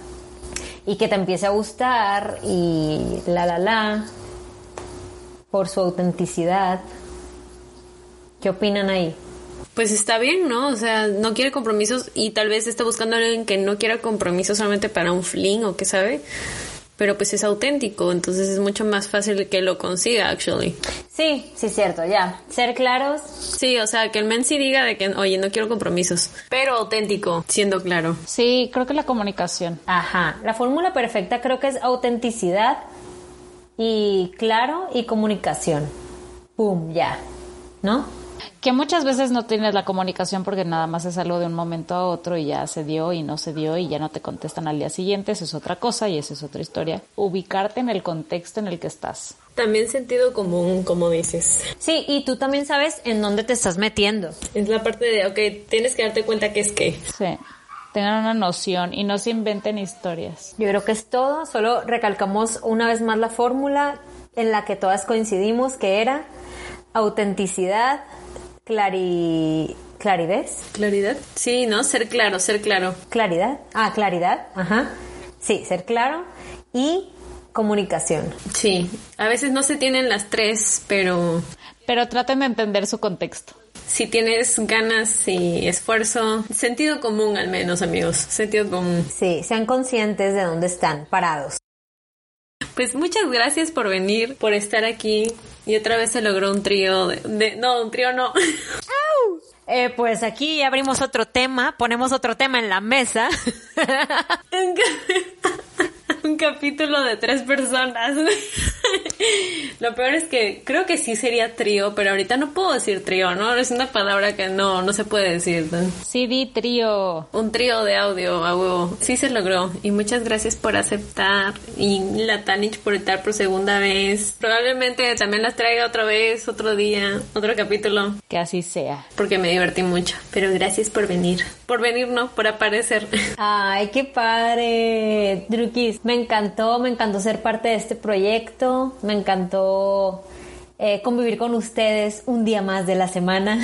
y que te empiece a gustar y la la la por su autenticidad. ¿Qué opinan ahí? Pues está bien, ¿no? O sea, no quiere compromisos y tal vez está buscando a alguien que no quiera compromisos solamente para un fling o qué sabe, pero pues es auténtico, entonces es mucho más fácil que lo consiga, actually. Sí, sí, cierto, ya. Ser claros. Sí, o sea, que el men sí diga de que, oye, no quiero compromisos, pero auténtico, siendo claro. Sí, creo que la comunicación. Ajá. La fórmula perfecta creo que es autenticidad y claro y comunicación. Pum, ya. ¿No? Que muchas veces no tienes la comunicación porque nada más es algo de un momento a otro y ya se dio y no se dio y ya no te contestan al día siguiente, eso es otra cosa y esa es otra historia. Ubicarte en el contexto en el que estás. También sentido común, como dices. Sí, y tú también sabes en dónde te estás metiendo. Es la parte de, ok, tienes que darte cuenta que es que. Sí, tengan una noción y no se inventen historias. Yo creo que es todo, solo recalcamos una vez más la fórmula en la que todas coincidimos, que era autenticidad, clari... ¿claridez? ¿Claridad? Sí, ¿no? Ser claro, ser claro. ¿Claridad? Ah, claridad, ajá. Sí, ser claro y comunicación. Sí, a veces no se tienen las tres, pero... Pero traten de entender su contexto. Si tienes ganas y esfuerzo, sentido común al menos, amigos, sentido común. Sí, sean conscientes de dónde están parados. Pues muchas gracias por venir, por estar aquí. Y otra vez se logró un trío de... de no, un trío no. Eh, pues aquí abrimos otro tema, ponemos otro tema en la mesa. un capítulo de tres personas. Lo peor es que creo que sí sería trío, pero ahorita no puedo decir trío, ¿no? Es una palabra que no, no se puede decir, ¿no? Sí, di trío. Un trío de audio, a huevo. Sí se logró. Y muchas gracias por aceptar. Y la Tanich por estar por segunda vez. Probablemente también las traiga otra vez, otro día, otro capítulo. Que así sea. Porque me divertí mucho. Pero gracias por venir. Por venir, no, por aparecer. Ay, qué padre, Drukis. Me encantó, me encantó ser parte de este proyecto. Me encantó eh, convivir con ustedes un día más de la semana.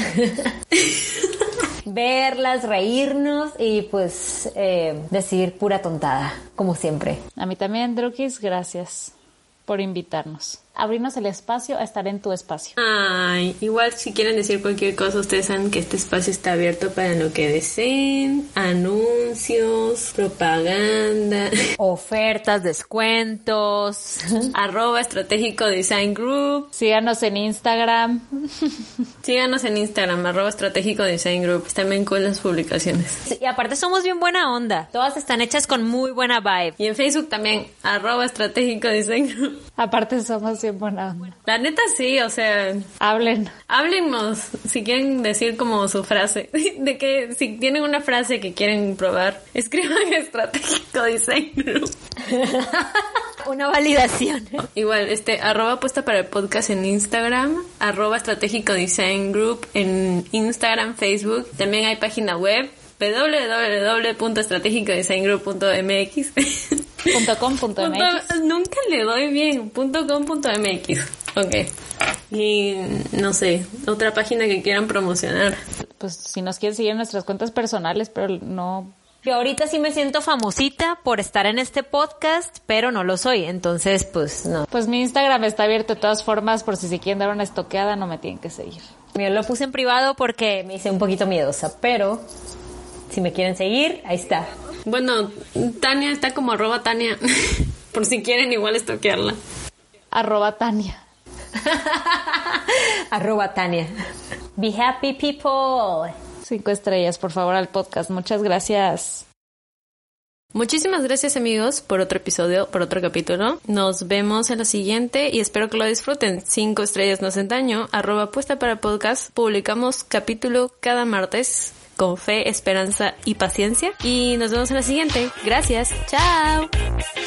Verlas, reírnos y pues eh, decir pura tontada, como siempre. A mí también, Drukis, gracias por invitarnos. Abrirnos el espacio a estar en tu espacio. Ay, igual si quieren decir cualquier cosa, ustedes saben que este espacio está abierto para lo que deseen. Anuncios, propaganda, ofertas, descuentos. Arroba Estratégico Design Group. Síganos en Instagram. Síganos en Instagram, arroba Estratégico Design Group. Están bien con las publicaciones. Sí, y aparte somos bien buena onda. Todas están hechas con muy buena vibe. Y en Facebook también, arroba Estratégico Design Group. Aparte somos bien buena onda. La neta sí, o sea... Hablen. Háblennos si quieren decir como su frase. De que si tienen una frase que quieren probar, escriban Estratégico Design Group. Una validación. Igual, este, arroba puesta para el podcast en Instagram, arroba Estratégico Design Group en Instagram, Facebook. También hay página web, doble u doble u doble u punto estratégico design group punto m x. Punto com punto m x. Nunca le doy bien. Punto com punto m x. Ok. Y no sé, otra página que quieran promocionar. Pues si nos quieren seguir en nuestras cuentas personales, pero no... Yo ahorita sí me siento famosita por estar en este podcast, pero no lo soy, entonces pues no. Pues mi Instagram está abierto de todas formas, por si se quieren dar una estoqueada no me tienen que seguir. Yo lo puse en privado porque me hice un poquito miedosa, pero si me quieren seguir, ahí está. Bueno, Tania está como arroba Tania, por si quieren igual estoquearla. Arroba Tania. Arroba Tania. Be happy people. Cinco estrellas, por favor, al podcast. Muchas gracias. Muchísimas gracias, amigos, por otro episodio, por otro capítulo. Nos vemos en la siguiente y espero que lo disfruten. Cinco estrellas no hacen daño. Arroba puesta para podcast. Publicamos capítulo cada martes con fe, esperanza y paciencia. Y nos vemos en la siguiente. Gracias. Chao.